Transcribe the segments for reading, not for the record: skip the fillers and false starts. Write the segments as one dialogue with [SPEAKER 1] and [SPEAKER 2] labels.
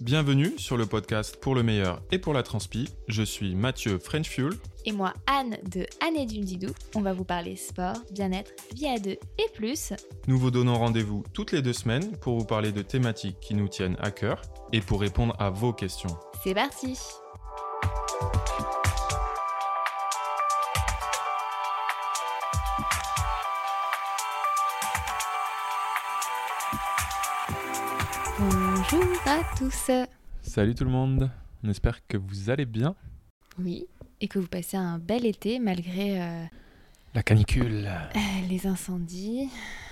[SPEAKER 1] Bienvenue sur le podcast Pour le meilleur et pour la transpi. Je suis Mathieu French Fuel.
[SPEAKER 2] Et moi, Anne de Anne et Didou. On va vous parler sport, bien-être, vie à deux et plus.
[SPEAKER 1] Nous vous donnons rendez-vous toutes les 2 semaines pour vous parler de thématiques qui nous tiennent à cœur et pour répondre à vos questions.
[SPEAKER 2] C'est parti! Bonjour à tous.
[SPEAKER 1] Salut tout le monde, on espère que vous allez bien.
[SPEAKER 2] Oui, et que vous passez un bel été malgré
[SPEAKER 1] La canicule.
[SPEAKER 2] les incendies,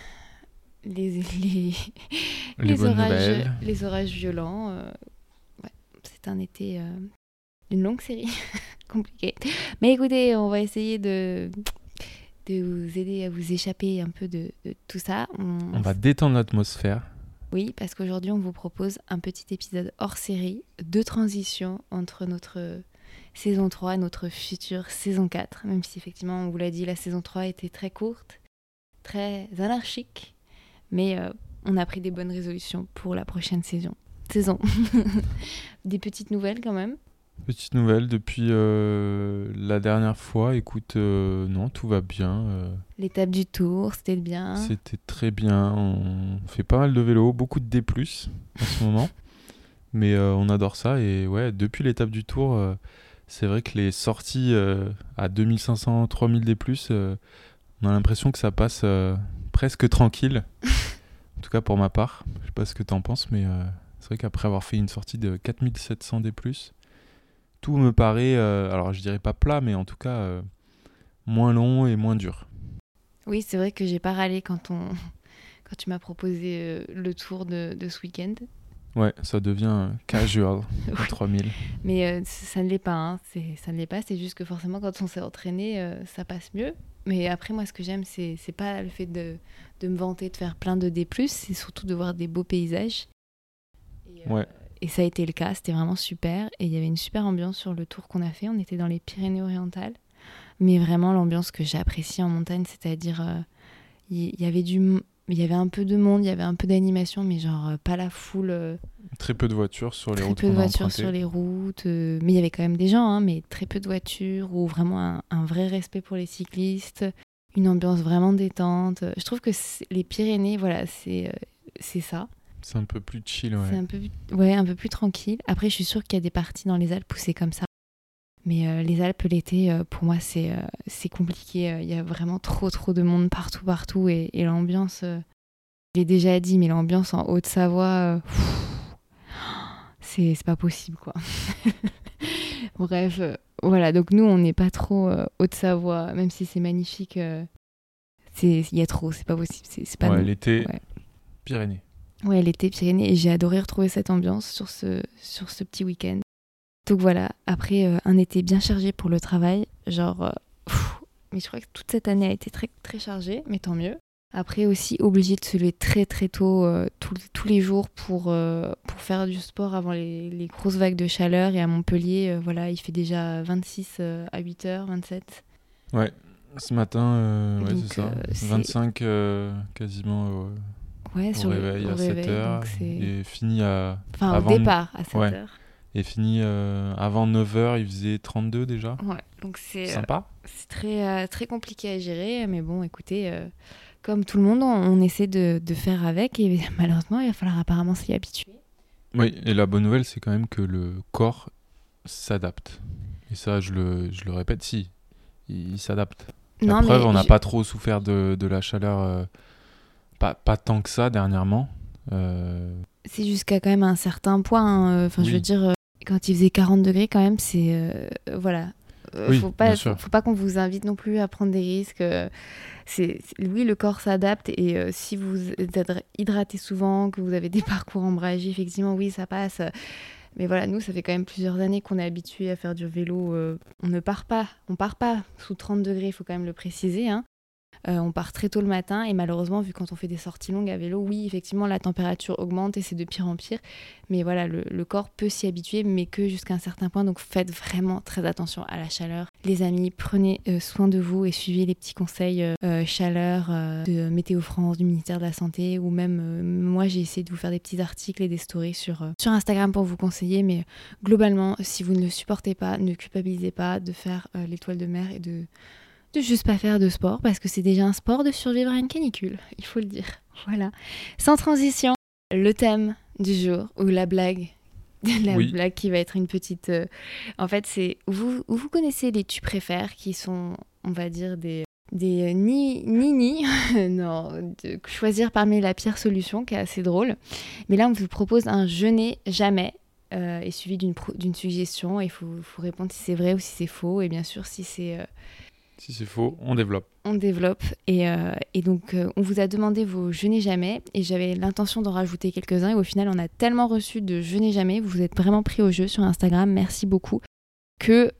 [SPEAKER 2] les
[SPEAKER 1] bonnes
[SPEAKER 2] orages,
[SPEAKER 1] nouvelles.
[SPEAKER 2] les orages violents. Ouais, c'est un été, une longue série compliquée. Mais écoutez, on va essayer de vous aider à vous échapper un peu de tout ça.
[SPEAKER 1] On va détendre l'atmosphère.
[SPEAKER 2] Oui, parce qu'aujourd'hui, on vous propose un petit épisode hors série de transition entre notre saison 3 et notre future saison 4. Même si, effectivement, on vous l'a dit, la saison 3 était très courte, très anarchique. Mais on a pris des bonnes résolutions pour la prochaine saison. Des petites nouvelles quand même.
[SPEAKER 1] Petite nouvelle depuis la dernière fois, écoute, non, tout va bien.
[SPEAKER 2] L'étape du Tour, c'était bien.
[SPEAKER 1] C'était très bien, on fait pas mal de vélo, beaucoup de D+, en ce moment. Mais on adore ça et ouais, depuis l'étape du Tour, c'est vrai que les sorties à 2500, 3000 D+, on a l'impression que ça passe presque tranquille. En tout cas pour ma part, je sais pas ce que t'en penses, mais c'est vrai qu'après avoir fait une sortie de 4700 D+, tout me paraît, alors je dirais pas plat, mais en tout cas moins long et moins dur.
[SPEAKER 2] Oui, c'est vrai que j'ai pas râlé quand tu m'as proposé le tour de ce week-end.
[SPEAKER 1] Ouais, ça devient casual à 3000.
[SPEAKER 2] Mais ça ne l'est pas, hein. Ça ne l'est pas, c'est juste que forcément quand on s'est entraîné, ça passe mieux. Mais après, moi, ce que j'aime, c'est pas le fait de me vanter de faire plein de D+, c'est surtout de voir des beaux paysages.
[SPEAKER 1] Ouais.
[SPEAKER 2] Et ça a été le cas, c'était vraiment super. Et il y avait une super ambiance sur le tour qu'on a fait. On était dans les Pyrénées-Orientales. Mais vraiment, l'ambiance que j'apprécie en montagne, c'est-à-dire, il y avait un peu de monde, il y avait un peu d'animation, mais genre pas la foule.
[SPEAKER 1] Très peu de voitures sur les routes
[SPEAKER 2] Très peu de
[SPEAKER 1] qu'on a
[SPEAKER 2] voitures
[SPEAKER 1] empruntées.
[SPEAKER 2] sur les routes. Mais il y avait quand même des gens, hein, mais très peu de voitures, ou vraiment un vrai respect pour les cyclistes. Une ambiance vraiment détente. Je trouve que les Pyrénées, voilà, c'est ça.
[SPEAKER 1] C'est un peu plus chill, ouais.
[SPEAKER 2] C'est un peu plus tranquille. Après, je suis sûre qu'il y a des parties dans les Alpes où c'est comme ça. Mais les Alpes, l'été, pour moi, c'est compliqué. Il y a vraiment trop de monde partout. Et l'ambiance, je l'ai déjà dit, mais l'ambiance en Haute-Savoie, c'est pas possible, quoi. Bref, voilà. Donc nous, on n'est pas trop Haute-Savoie, même si c'est magnifique. Il y a trop, c'est pas possible. C'est pas nous.
[SPEAKER 1] L'été,
[SPEAKER 2] Ouais.
[SPEAKER 1] Pyrénées.
[SPEAKER 2] Ouais, l'été Pyrénées, et j'ai adoré retrouver cette ambiance sur ce petit week-end. Donc voilà, après un été bien chargé pour le travail, mais je crois que toute cette année a été très, très chargée, mais tant mieux. Après aussi obligé de se lever très très tôt tous les jours pour faire du sport avant les grosses vagues de chaleur. Et à Montpellier, voilà, il fait déjà 26 à 8h, 27.
[SPEAKER 1] Ouais, ce matin, ouais,
[SPEAKER 2] Donc,
[SPEAKER 1] c'est ça.
[SPEAKER 2] c'est
[SPEAKER 1] 25 quasiment
[SPEAKER 2] ouais,
[SPEAKER 1] au réveil à 7h. Et fini à...
[SPEAKER 2] Enfin,
[SPEAKER 1] avant
[SPEAKER 2] au départ à 7h.
[SPEAKER 1] Ouais. Et fini avant 9h, il faisait 32 déjà.
[SPEAKER 2] Ouais, donc c'est
[SPEAKER 1] sympa.
[SPEAKER 2] C'est très, très compliqué à gérer, mais bon, écoutez, comme tout le monde, on essaie de faire avec, et malheureusement, il va falloir apparemment s'y habituer.
[SPEAKER 1] Oui, et la bonne nouvelle, c'est quand même que le corps s'adapte. Et ça, je le répète, si, il s'adapte. La preuve, on n'a pas trop souffert de la chaleur, pas tant que ça dernièrement.
[SPEAKER 2] C'est jusqu'à quand même un certain point, hein. Enfin,
[SPEAKER 1] Oui.
[SPEAKER 2] je veux dire, quand il faisait 40 degrés, quand même, c'est... voilà.
[SPEAKER 1] Oui,
[SPEAKER 2] faut pas qu'on vous invite non plus à prendre des risques. Oui, le corps s'adapte, et si vous êtes hydraté souvent, que vous avez des parcours ombragés, effectivement, oui, ça passe. Mais voilà, nous, ça fait quand même plusieurs années qu'on est habitués à faire du vélo. On part pas sous 30 degrés, il faut quand même le préciser, hein. On part très tôt le matin et malheureusement, vu quand on fait des sorties longues à vélo, oui, effectivement, la température augmente et c'est de pire en pire. Mais voilà, le corps peut s'y habituer, mais que jusqu'à un certain point. Donc faites vraiment très attention à la chaleur. Les amis, prenez soin de vous et suivez les petits conseils chaleur de Météo France, du ministère de la Santé, ou même moi, j'ai essayé de vous faire des petits articles et des stories sur Instagram pour vous conseiller. Mais globalement, si vous ne le supportez pas, ne culpabilisez pas de faire l'étoile de mer et de juste pas faire de sport, parce que c'est déjà un sport de survivre à une canicule, il faut le dire. Voilà. Sans transition, le thème du jour, ou la blague. Blague qui va être une petite... En fait, c'est... Vous connaissez les tu préfères, qui sont, on va dire, des ni non, de choisir parmi la pire solution, qui est assez drôle. Mais là, on vous propose un je n'ai jamais, et suivi d'une suggestion, et il faut répondre si c'est vrai ou si c'est faux, et bien sûr, si c'est...
[SPEAKER 1] Si c'est faux, on développe.
[SPEAKER 2] On développe. Et donc, on vous a demandé vos je n'ai jamais. Et j'avais l'intention d'en rajouter quelques-uns. Et au final, on a tellement reçu de je n'ai jamais. Vous vous êtes vraiment pris au jeu sur Instagram. Merci beaucoup. Que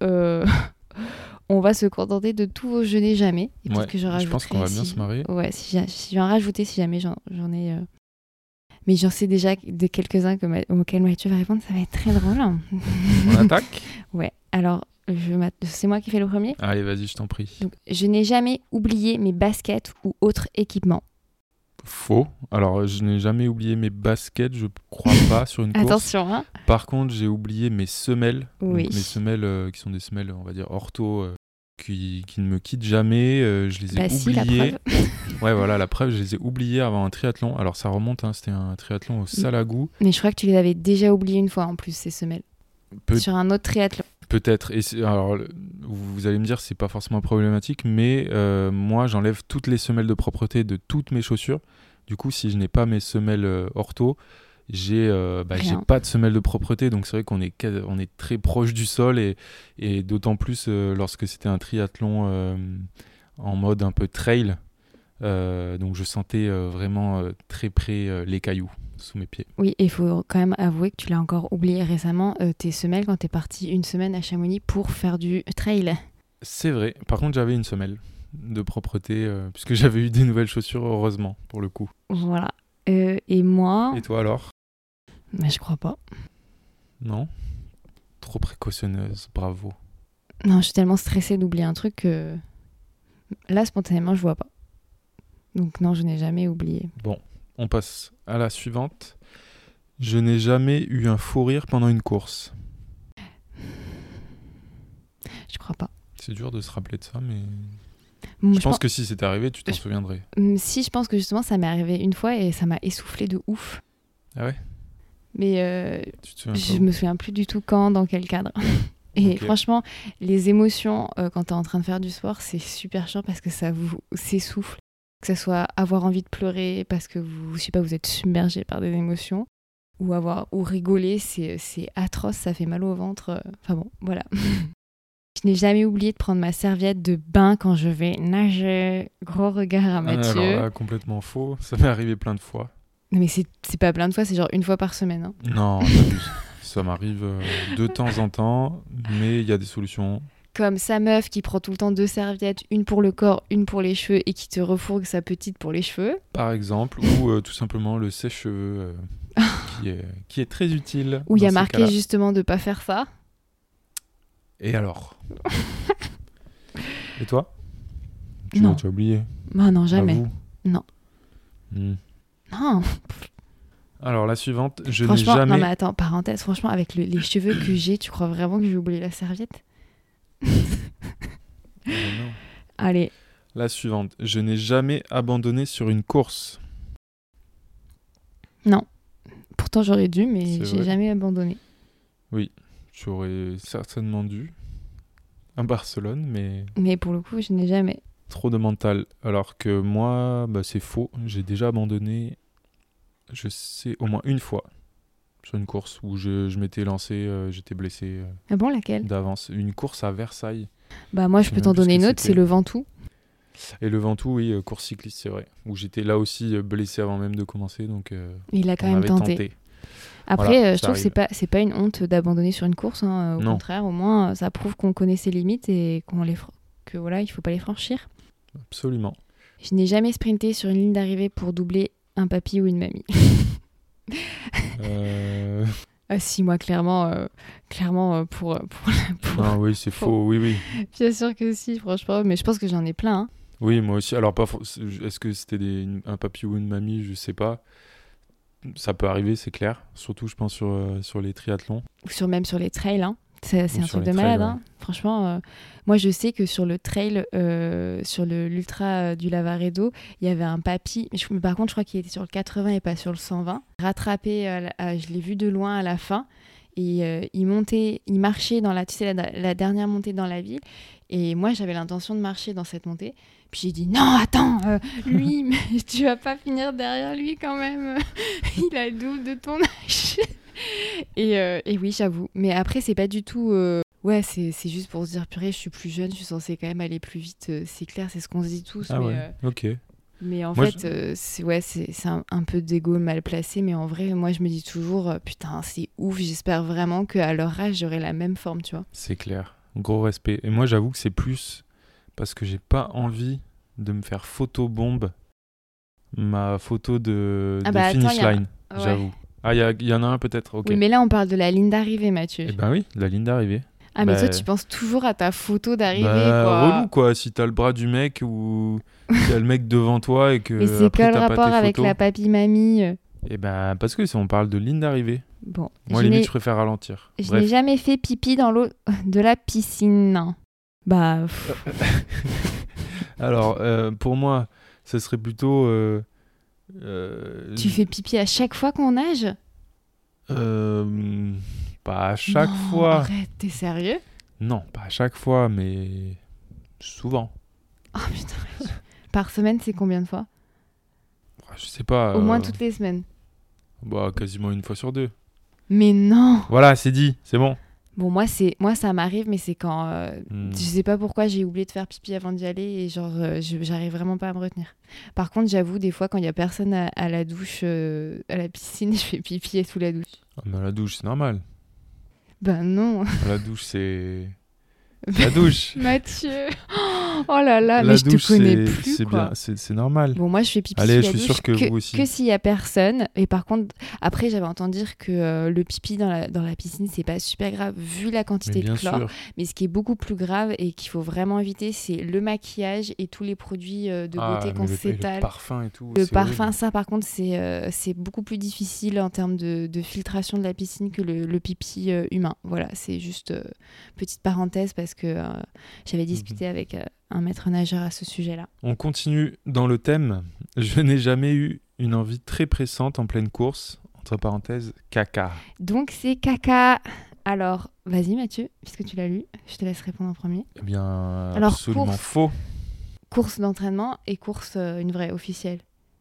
[SPEAKER 2] on va se contenter de tous vos je n'ai jamais. Et
[SPEAKER 1] ouais, je pense qu'on va bien se marrer.
[SPEAKER 2] Ouais, si je vais en rajouter si jamais j'en ai... Mais j'en sais déjà de quelques-uns auxquels Mathieu va répondre. Ça va être très drôle.
[SPEAKER 1] On attaque ?
[SPEAKER 2] Ouais. Alors... c'est moi qui fais le premier.
[SPEAKER 1] Allez, vas-y, je t'en prie.
[SPEAKER 2] Donc, je n'ai jamais oublié mes baskets ou autres équipements.
[SPEAKER 1] Faux. Alors, je n'ai jamais oublié mes baskets, je crois pas, sur une course.
[SPEAKER 2] Attention, hein.
[SPEAKER 1] Par contre, j'ai oublié mes semelles.
[SPEAKER 2] Oui.
[SPEAKER 1] Donc, mes semelles qui sont des semelles, on va dire, ortho, qui ne me quittent jamais. Je les ai oubliées.
[SPEAKER 2] La preuve.
[SPEAKER 1] Ouais, voilà, la preuve, je les ai oubliées avant un triathlon. Alors, ça remonte, hein, c'était un triathlon au Salagou.
[SPEAKER 2] Mais je crois que tu les avais déjà oubliées une fois, en plus, ces semelles. Sur un autre triathlon.
[SPEAKER 1] Peut-être. Et alors, vous allez me dire, c'est pas forcément problématique, mais moi, j'enlève toutes les semelles de propreté de toutes mes chaussures. Du coup, si je n'ai pas mes semelles ortho, j'ai pas de semelles de propreté. Donc, c'est vrai qu'on est très proche du sol et d'autant plus lorsque c'était un triathlon en mode un peu trail. Donc, je sentais vraiment très près les cailloux sous mes pieds.
[SPEAKER 2] Oui, et il faut quand même avouer que tu l'as encore oublié récemment, tes semelles, quand tu es parti une semaine à Chamonix pour faire du trail.
[SPEAKER 1] C'est vrai. Par contre, j'avais une semelle de propreté, puisque j'avais eu des nouvelles chaussures, heureusement, pour le coup.
[SPEAKER 2] Voilà. Et moi...
[SPEAKER 1] Et toi, alors ?
[SPEAKER 2] Mais je crois pas.
[SPEAKER 1] Non ? Trop précautionneuse, bravo.
[SPEAKER 2] Non, je suis tellement stressée d'oublier un truc que... Là, spontanément, je vois pas. Donc non, je n'ai jamais oublié.
[SPEAKER 1] Bon. On passe à la suivante. Je n'ai jamais eu un fou rire pendant une course.
[SPEAKER 2] Je crois pas.
[SPEAKER 1] C'est dur de se rappeler de ça, mais...
[SPEAKER 2] Je
[SPEAKER 1] pense que si c'était arrivé, tu t'en souviendrais.
[SPEAKER 2] Si, je pense que justement, ça m'est arrivé une fois et ça m'a essoufflé de ouf.
[SPEAKER 1] Ah ouais ?
[SPEAKER 2] Mais je me souviens plus du tout quand, dans quel cadre. Et okay. Franchement, les émotions, quand t'es en train de faire du sport, c'est super chiant parce que ça vous s'essouffle. Que ce soit avoir envie de pleurer parce que vous êtes submergé par des émotions, ou rigoler, c'est atroce, ça fait mal au ventre. Enfin bon, voilà. Je n'ai jamais oublié de prendre ma serviette de bain quand je vais nager. Gros regard à Mathieu.
[SPEAKER 1] Alors là, complètement faux. Ça m'est arrivé plein de fois.
[SPEAKER 2] Non mais c'est pas plein de fois, c'est genre une fois par semaine. Hein.
[SPEAKER 1] Non, j'abuse. Ça m'arrive de temps en temps, mais il y a des solutions.
[SPEAKER 2] Comme sa meuf qui prend tout le temps 2 serviettes, une pour le corps, une pour les cheveux, et qui te refourgue sa petite pour les cheveux.
[SPEAKER 1] Par exemple, ou tout simplement le sèche-cheveux, qui est très utile.
[SPEAKER 2] Où il y a marqué cas-là. Justement de pas faire ça.
[SPEAKER 1] Et alors ? Et toi ? Tu as oublié ?
[SPEAKER 2] Ah non, jamais. Non. Non.
[SPEAKER 1] Alors la suivante, je n'ai jamais...
[SPEAKER 2] Non mais attends, parenthèse, franchement, avec les cheveux que j'ai, tu crois vraiment que j'ai oublié la serviette ?
[SPEAKER 1] Non.
[SPEAKER 2] Allez.
[SPEAKER 1] La suivante. Je n'ai jamais abandonné sur une course.
[SPEAKER 2] Non. Pourtant j'aurais dû, mais j'ai jamais abandonné.
[SPEAKER 1] Oui, j'aurais certainement dû. À Barcelone, mais...
[SPEAKER 2] Mais pour le coup, je n'ai jamais.
[SPEAKER 1] Trop de mental. Alors que moi, c'est faux. J'ai déjà abandonné, je sais, au moins une fois. Sur une course où je m'étais lancé, j'étais blessé.
[SPEAKER 2] Ah bon, laquelle ?
[SPEAKER 1] D'avance. Une course à Versailles.
[SPEAKER 2] Bah moi, je peux t'en donner une autre, c'est le Ventoux.
[SPEAKER 1] Et le Ventoux, oui, course cycliste, c'est vrai. Où j'étais là aussi blessé avant même de commencer, donc
[SPEAKER 2] il a quand même tenté. Après, voilà, je trouve que c'est pas une honte d'abandonner sur une course. Hein. Au contraire, au moins, ça prouve qu'on connaît ses limites et qu'il faut pas les franchir.
[SPEAKER 1] Absolument.
[SPEAKER 2] Je n'ai jamais sprinté sur une ligne d'arrivée pour doubler un papy ou une mamie. Ah si, moi, clairement, pour
[SPEAKER 1] Non, oui, c'est faux, oui.
[SPEAKER 2] bien sûr que si, franchement, mais je pense que j'en ai plein. Hein.
[SPEAKER 1] Oui, moi aussi. Alors, est-ce que c'était un papy ou une mamie? Je sais pas. Ça peut arriver, c'est clair. Surtout, je pense, sur les triathlons.
[SPEAKER 2] Ou même sur les trails, hein. C'est
[SPEAKER 1] Ou
[SPEAKER 2] un
[SPEAKER 1] sur
[SPEAKER 2] truc
[SPEAKER 1] les
[SPEAKER 2] de malade.
[SPEAKER 1] trails,
[SPEAKER 2] Hein. Franchement, moi, je sais que sur le trail, sur l'ultra du Lavaredo, il y avait un papy. Mais par contre, je crois qu'il était sur le 80 et pas sur le 120. Rattrapé, je l'ai vu de loin à la fin. Et il marchait dans la dernière montée dans la ville. Et moi, j'avais l'intention de marcher dans cette montée. Puis j'ai dit, non, attends, lui, mais tu vas pas finir derrière lui quand même. Il a le double de ton âge. Et oui, j'avoue. Mais après, c'est pas du tout... Ouais, c'est juste pour se dire, purée, je suis plus jeune, je suis censée quand même aller plus vite. C'est clair, c'est ce qu'on se dit tous.
[SPEAKER 1] Ah
[SPEAKER 2] mais,
[SPEAKER 1] ouais, ok.
[SPEAKER 2] mais en
[SPEAKER 1] Moi,
[SPEAKER 2] fait, c'est un peu d'ego mal placé. Mais en vrai, moi, je me dis toujours, putain, c'est ouf. J'espère vraiment qu'à leur âge, j'aurai la même forme, tu vois.
[SPEAKER 1] C'est clair. Gros respect. Et moi, j'avoue que c'est plus parce que j'ai pas envie de me faire photobombe ma photo de finish line,
[SPEAKER 2] Ouais.
[SPEAKER 1] j'avoue. Ah, il y en a un peut-être, ok.
[SPEAKER 2] Oui, mais là, on parle de la ligne d'arrivée, Mathieu.
[SPEAKER 1] Eh ben oui, la ligne d'arrivée.
[SPEAKER 2] Ah, mais toi, tu penses toujours à ta photo d'arrivée, quoi.
[SPEAKER 1] Relou, quoi. Si t'as le bras du mec ou t'as le mec devant toi et que
[SPEAKER 2] Mais c'est
[SPEAKER 1] après,
[SPEAKER 2] quel
[SPEAKER 1] t'as pas
[SPEAKER 2] rapport
[SPEAKER 1] tes
[SPEAKER 2] avec
[SPEAKER 1] photos.
[SPEAKER 2] la papy-mamie
[SPEAKER 1] Eh ben, parce que si on parle de ligne d'arrivée.
[SPEAKER 2] Bon,
[SPEAKER 1] Moi, limite, je préfère ralentir.
[SPEAKER 2] Je
[SPEAKER 1] Bref.
[SPEAKER 2] n'ai jamais fait pipi dans l'eau de la piscine. Bah...
[SPEAKER 1] Alors, pour moi, ce serait plutôt...
[SPEAKER 2] Tu fais pipi à chaque fois qu'on nage?
[SPEAKER 1] Pas à chaque
[SPEAKER 2] Non,
[SPEAKER 1] fois.
[SPEAKER 2] Arrête, t'es sérieux?
[SPEAKER 1] Non, pas à chaque fois, mais souvent.
[SPEAKER 2] Oh putain. Par semaine, c'est combien de fois?
[SPEAKER 1] Je sais pas.
[SPEAKER 2] Au moins toutes les semaines.
[SPEAKER 1] Bah, quasiment une fois sur deux.
[SPEAKER 2] Mais non!
[SPEAKER 1] Voilà, c'est dit, c'est bon.
[SPEAKER 2] Bon, moi, ça m'arrive, mais c'est quand... Je sais pas pourquoi j'ai oublié de faire pipi avant d'y aller et genre, j'arrive vraiment pas à me retenir. Par contre, j'avoue, des fois, quand il y a personne à la douche, à la piscine, je fais pipi sous la douche.
[SPEAKER 1] Ah, mais la douche, c'est normal.
[SPEAKER 2] Ben non.
[SPEAKER 1] La douche, c'est... La douche.
[SPEAKER 2] Mathieu. Oh là là,
[SPEAKER 1] La
[SPEAKER 2] mais je
[SPEAKER 1] douche,
[SPEAKER 2] te connais plus,
[SPEAKER 1] c'est
[SPEAKER 2] quoi.
[SPEAKER 1] bien, c'est normal.
[SPEAKER 2] Bon, moi, je fais pipi
[SPEAKER 1] Allez,
[SPEAKER 2] sous la
[SPEAKER 1] je suis
[SPEAKER 2] douche
[SPEAKER 1] sûr que vous aussi.
[SPEAKER 2] que s'il y a personne. Et par contre, après, j'avais entendu dire que le pipi dans la piscine, c'est pas super grave vu la quantité
[SPEAKER 1] Mais bien
[SPEAKER 2] de chlore.
[SPEAKER 1] sûr.
[SPEAKER 2] Mais ce qui est beaucoup plus grave et qu'il faut vraiment éviter, c'est le maquillage et tous les produits de beauté qu'on
[SPEAKER 1] mais
[SPEAKER 2] s'étale.
[SPEAKER 1] le parfum et tout.
[SPEAKER 2] Le
[SPEAKER 1] c'est
[SPEAKER 2] parfum,
[SPEAKER 1] horrible.
[SPEAKER 2] ça par contre, c'est beaucoup plus difficile en termes de filtration de la piscine que le pipi humain. Voilà, c'est juste petite parenthèse parce que j'avais discuté avec un maître nageur à ce sujet-là.
[SPEAKER 1] On continue dans le thème. Je n'ai jamais eu une envie très pressante en pleine course. Entre parenthèses, caca.
[SPEAKER 2] Donc c'est caca. Alors, vas-y Mathieu, puisque tu l'as lu, je te laisse répondre en premier.
[SPEAKER 1] Eh bien,
[SPEAKER 2] Alors,
[SPEAKER 1] absolument
[SPEAKER 2] course.
[SPEAKER 1] faux.
[SPEAKER 2] Course d'entraînement et course une vraie, officielle.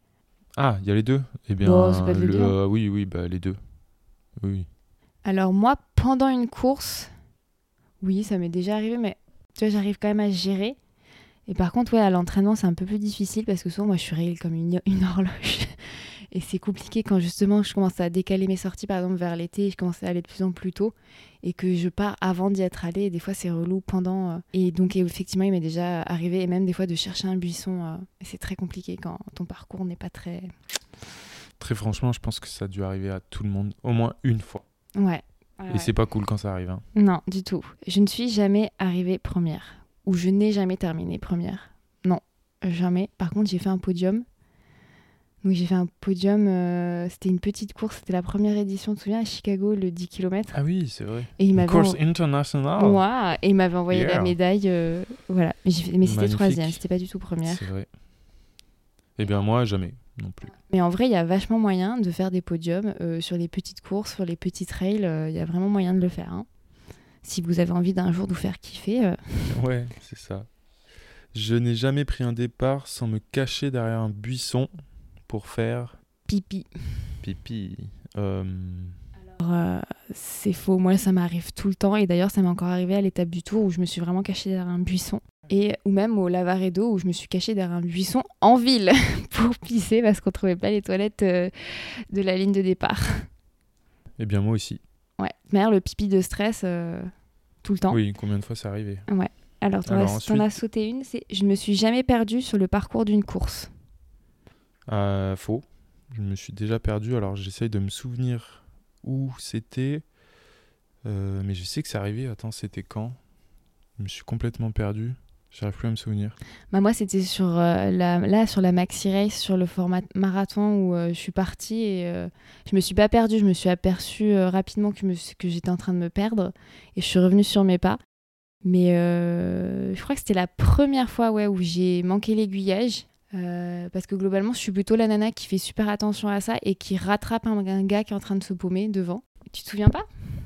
[SPEAKER 1] Ah, il y a les deux. Eh bien,
[SPEAKER 2] Bon, c'est pas de le dire.
[SPEAKER 1] oui, bah, les deux. Oui.
[SPEAKER 2] Alors moi, pendant une course, oui, ça m'est déjà arrivé, mais tu vois, j'arrive quand même à gérer. Et par contre, ouais, à l'entraînement, c'est un peu plus difficile parce que souvent, moi, je suis réglée comme une horloge. Et c'est compliqué quand justement je commence à décaler mes sorties, par exemple vers l'été, et je commence à aller de plus en plus tôt et que je pars avant d'y être allée. Et des fois, c'est relou pendant. Et donc, effectivement, il m'est déjà arrivé, et même des fois, de chercher un buisson. Et c'est très compliqué quand ton parcours n'est pas très...
[SPEAKER 1] Très franchement, je pense que ça a dû arriver à tout le monde au moins une fois.
[SPEAKER 2] Ouais.
[SPEAKER 1] Et c'est pas cool quand ça arrive. Hein.
[SPEAKER 2] Non, du tout. Je ne suis jamais arrivée première. Ou je n'ai jamais terminé première. Non, jamais. Par contre, j'ai fait un podium. Donc j'ai fait un podium, c'était une petite course, c'était la première édition, tu te souviens, à Chicago, le 10 km.
[SPEAKER 1] Ah oui, c'est vrai.
[SPEAKER 2] Et il
[SPEAKER 1] Une
[SPEAKER 2] m'avait
[SPEAKER 1] course internationale.
[SPEAKER 2] Ouais, et il m'avait envoyé la
[SPEAKER 1] Yeah.
[SPEAKER 2] médaille, voilà. Mais c'était
[SPEAKER 1] Magnifique.
[SPEAKER 2] troisième, c'était pas du tout première.
[SPEAKER 1] C'est vrai. Eh bien, moi, jamais non plus.
[SPEAKER 2] Mais en vrai, il y a vachement moyen de faire des podiums sur les petites courses, sur les petits trails, il y a vraiment moyen de le faire. Hein. Si vous avez envie d'un jour de vous faire kiffer.
[SPEAKER 1] Ouais, c'est ça. Je n'ai jamais pris un départ sans me cacher derrière un buisson pour faire
[SPEAKER 2] Pipi.
[SPEAKER 1] pipi.
[SPEAKER 2] Alors, c'est faux, moi ça m'arrive tout le temps et d'ailleurs ça m'est encore arrivé à l'étape du tour où je me suis vraiment cachée derrière un buisson ou même au Lavaredo où je me suis cachée derrière un buisson en ville pour pisser parce qu'on trouvait pas les toilettes de la ligne de départ.
[SPEAKER 1] Eh bien, moi aussi.
[SPEAKER 2] Ouais, mais alors, le pipi de stress tout le temps.
[SPEAKER 1] Oui, combien de fois c'est arrivé?
[SPEAKER 2] Ouais. Alors, t'en
[SPEAKER 1] ensuite,
[SPEAKER 2] as sauté une, c'est je ne me suis jamais perdue sur le parcours d'une course.
[SPEAKER 1] faux. Je me suis déjà perdu. Alors, j'essaye de me souvenir où c'était. Mais je sais que c'est arrivé. Attends, c'était quand? Je me suis complètement perdu. J'arrive plus à me souvenir.
[SPEAKER 2] Bah, moi, c'était sur, sur la Maxi Race, sur le format marathon où je suis partie et je me suis pas perdue. Je me suis aperçue rapidement que j'étais en train de me perdre et je suis revenue sur mes pas. Mais je crois que c'était la première fois où j'ai manqué l'aiguillage. Parce que globalement, je suis plutôt la nana qui fait super attention à ça et qui rattrape un gars qui est en train de se paumer devant. Tu te souviens pas?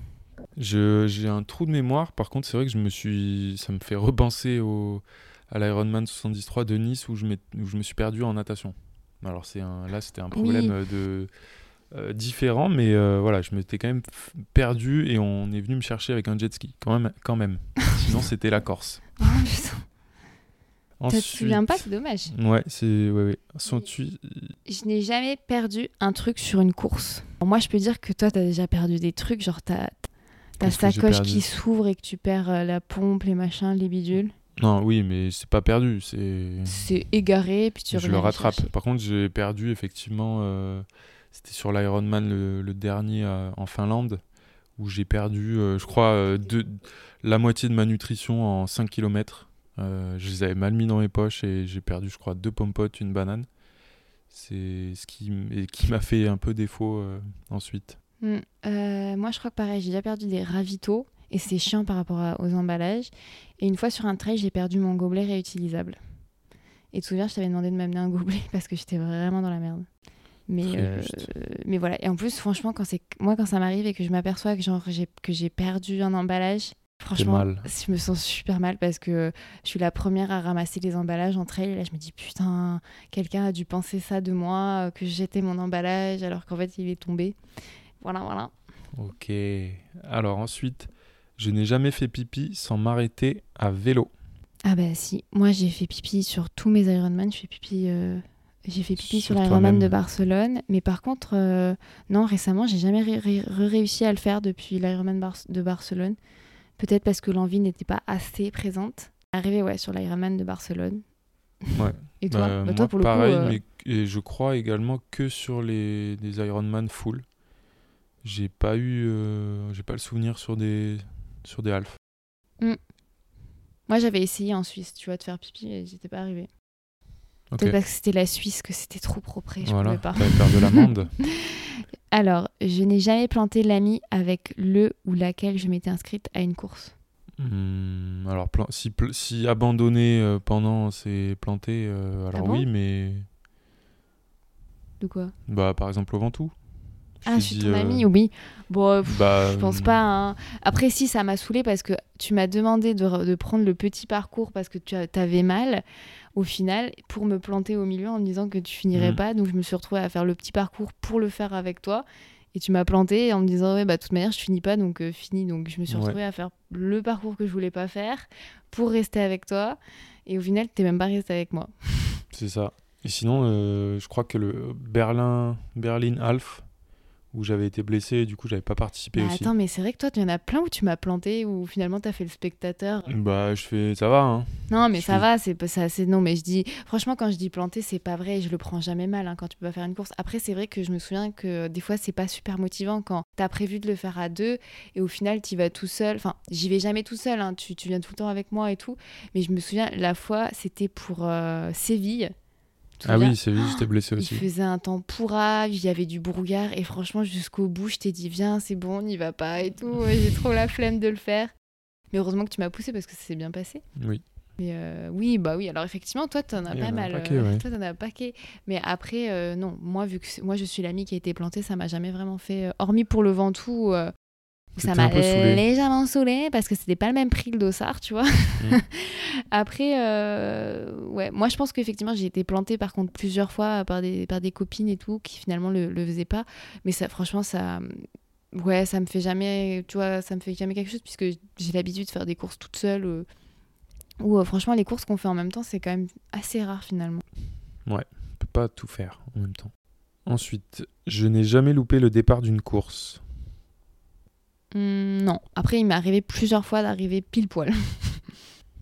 [SPEAKER 1] J'ai un trou de mémoire. Par contre, c'est vrai que ça me fait repenser à l'Ironman 73 de Nice où je me suis perdu en natation. Alors là, c'était un problème
[SPEAKER 2] Oui.
[SPEAKER 1] différent, mais voilà, je m'étais quand même perdu et on est venu me chercher avec un jet ski, quand même. Sinon, c'était la Corse.
[SPEAKER 2] Oh, putain. Tu te souviens pas,
[SPEAKER 1] Ensuite,
[SPEAKER 2] c'est dommage.
[SPEAKER 1] ouais. Ensuite,
[SPEAKER 2] Je n'ai jamais perdu un truc sur une course. Bon, moi, je peux dire que toi, t'as déjà perdu des trucs, genre ta
[SPEAKER 1] qu'est-ce que j'ai
[SPEAKER 2] sacoche qui
[SPEAKER 1] perdu?
[SPEAKER 2] s'ouvre et que tu perds la pompe, les machins, les bidules.
[SPEAKER 1] Non, oui, mais c'est pas perdu,
[SPEAKER 2] C'est égaré, puis tu
[SPEAKER 1] je le
[SPEAKER 2] reviens les
[SPEAKER 1] rattrape.
[SPEAKER 2] chercher.
[SPEAKER 1] Par contre, j'ai perdu effectivement. C'était sur l'Ironman le dernier en Finlande où j'ai perdu, je crois, la moitié de ma nutrition en 5 km. Je les avais mal mis dans mes poches et j'ai perdu, je crois, 2 pommes-potes, une banane. C'est ce qui m'a fait un peu défaut ensuite.
[SPEAKER 2] Moi, je crois que pareil, j'ai déjà perdu des ravitaux et c'est chiant par rapport aux emballages. Et une fois sur un trail, j'ai perdu mon gobelet réutilisable. Et tu te souviens, je t'avais demandé de m'amener un gobelet parce que j'étais vraiment dans la merde. Mais,
[SPEAKER 1] Très juste.
[SPEAKER 2] mais voilà. Et en plus, franchement, quand ça m'arrive et que je m'aperçois que j'ai perdu un emballage,
[SPEAKER 1] T'es
[SPEAKER 2] franchement,
[SPEAKER 1] mal.
[SPEAKER 2] je me sens super mal parce que je suis la première à ramasser les emballages en trail. Et là, je me dis, putain, quelqu'un a dû penser ça de moi, que j'étais mon emballage alors qu'en fait, il est tombé. Voilà.
[SPEAKER 1] Ok. Alors ensuite, je n'ai jamais fait pipi sans m'arrêter à vélo.
[SPEAKER 2] Ah bah si, moi j'ai fait pipi sur tous mes Ironman, j'ai fait pipi sur
[SPEAKER 1] Sur
[SPEAKER 2] l'Ironman de
[SPEAKER 1] toi-même.
[SPEAKER 2] Barcelone, mais par contre, non, récemment, j'ai jamais réussi à le faire depuis l'Ironman de Barcelone. Peut-être parce que l'envie n'était pas assez présente. Arrivé, ouais, sur l'Ironman de Barcelone.
[SPEAKER 1] Ouais.
[SPEAKER 2] Et toi? Bah toi,
[SPEAKER 1] Moi,
[SPEAKER 2] pour le coup,
[SPEAKER 1] pareil, mais et je crois également que sur les Ironman full. J'ai pas le souvenir sur des half.
[SPEAKER 2] hmm. Moi j'avais essayé en Suisse, tu vois, de faire pipi et j'étais pas arrivée.
[SPEAKER 1] Ok.
[SPEAKER 2] Peut-être parce que c'était la Suisse, que c'était trop propre, je pouvais
[SPEAKER 1] Voilà.
[SPEAKER 2] pas.
[SPEAKER 1] T'avais peur de l'amende.
[SPEAKER 2] Alors, je n'ai jamais planté l'ami avec le ou laquelle je m'étais inscrite à une course.
[SPEAKER 1] Alors, si abandonner pendant, c'est planter,
[SPEAKER 2] Ah
[SPEAKER 1] alors
[SPEAKER 2] bon?
[SPEAKER 1] oui, mais
[SPEAKER 2] De quoi?
[SPEAKER 1] bah, par exemple au Ventoux. Je
[SPEAKER 2] Ah,
[SPEAKER 1] t'ai
[SPEAKER 2] je suis
[SPEAKER 1] dit,
[SPEAKER 2] ton amie, oui. Bon,
[SPEAKER 1] bah,
[SPEAKER 2] je pense pas, hein. Après, si, ça m'a saoulée parce que tu m'as demandé de prendre le petit parcours parce que t'avais mal, au final, pour me planter au milieu en me disant que tu finirais
[SPEAKER 1] hmm,
[SPEAKER 2] pas. Donc, je me suis retrouvée à faire le petit parcours pour le faire avec toi. Et tu m'as planté en me disant, ouais, bah, de toute manière, je finis pas, donc fini. Donc, je me suis
[SPEAKER 1] ouais,
[SPEAKER 2] retrouvée à faire le parcours que je voulais pas faire pour rester avec toi. Et au final, t'es même pas resté avec moi.
[SPEAKER 1] c'est ça. Et sinon, je crois que le Berlin Half, où j'avais été blessé et du coup, j'avais pas participé
[SPEAKER 2] Bah
[SPEAKER 1] aussi.
[SPEAKER 2] attends, mais c'est vrai que toi, il y en a plein où tu m'as planté, où finalement, t'as fait le spectateur.
[SPEAKER 1] Bah, ça va, hein.
[SPEAKER 2] Non, mais
[SPEAKER 1] Je
[SPEAKER 2] ça
[SPEAKER 1] fais,
[SPEAKER 2] va, c'est pas ça, c'est non, mais je dis franchement quand je dis planter, c'est pas vrai, je le prends jamais mal hein, quand tu peux pas faire une course. Après, c'est vrai que je me souviens que des fois c'est pas super motivant quand t'as prévu de le faire à deux et au final tu vas tout seul. Enfin, j'y vais jamais tout seul, hein, tu viens tout le temps avec moi et tout. Mais je me souviens la fois, c'était pour Séville. Tu te
[SPEAKER 1] Ah
[SPEAKER 2] souviens?
[SPEAKER 1] oui, c'est vrai, j'étais blessé
[SPEAKER 2] Il
[SPEAKER 1] aussi.
[SPEAKER 2] faisait un temps pourrave, il y avait du brouillard et franchement jusqu'au bout, je t'ai dit viens, c'est bon, on n'y va pas et tout. J'ai trop la flemme de le faire. Mais heureusement que tu m'as poussé parce que ça s'est bien passé.
[SPEAKER 1] Oui.
[SPEAKER 2] Mais oui, bah oui. Alors effectivement, toi, t'en as
[SPEAKER 1] Il y
[SPEAKER 2] pas
[SPEAKER 1] en a un
[SPEAKER 2] mal.
[SPEAKER 1] paquet, ouais.
[SPEAKER 2] Toi, t'en as un paquet. Mais après, non. Moi, vu que moi, je suis l'amie qui a été plantée, ça m'a jamais vraiment fait. Hormis pour le Ventoux, où ça
[SPEAKER 1] T'étais
[SPEAKER 2] m'a
[SPEAKER 1] un peu saoulé.
[SPEAKER 2] légèrement saoulée parce que c'était pas le même prix que le Dossard, tu vois.
[SPEAKER 1] Hmm.
[SPEAKER 2] Après, ouais. Moi, je pense qu'effectivement, j'ai été plantée par contre plusieurs fois par des copines et tout qui finalement le faisaient pas. Mais ça, franchement, ça. Ouais, ça me fait jamais, tu vois, ça me fait jamais quelque chose puisque j'ai l'habitude de faire des courses toute seule. Ou franchement, les courses qu'on fait en même temps, c'est quand même assez rare finalement.
[SPEAKER 1] Ouais, on peut pas tout faire en même temps. Ensuite, je n'ai jamais loupé le départ d'une course.
[SPEAKER 2] Non. Après, il m'est arrivé plusieurs fois d'arriver pile poil.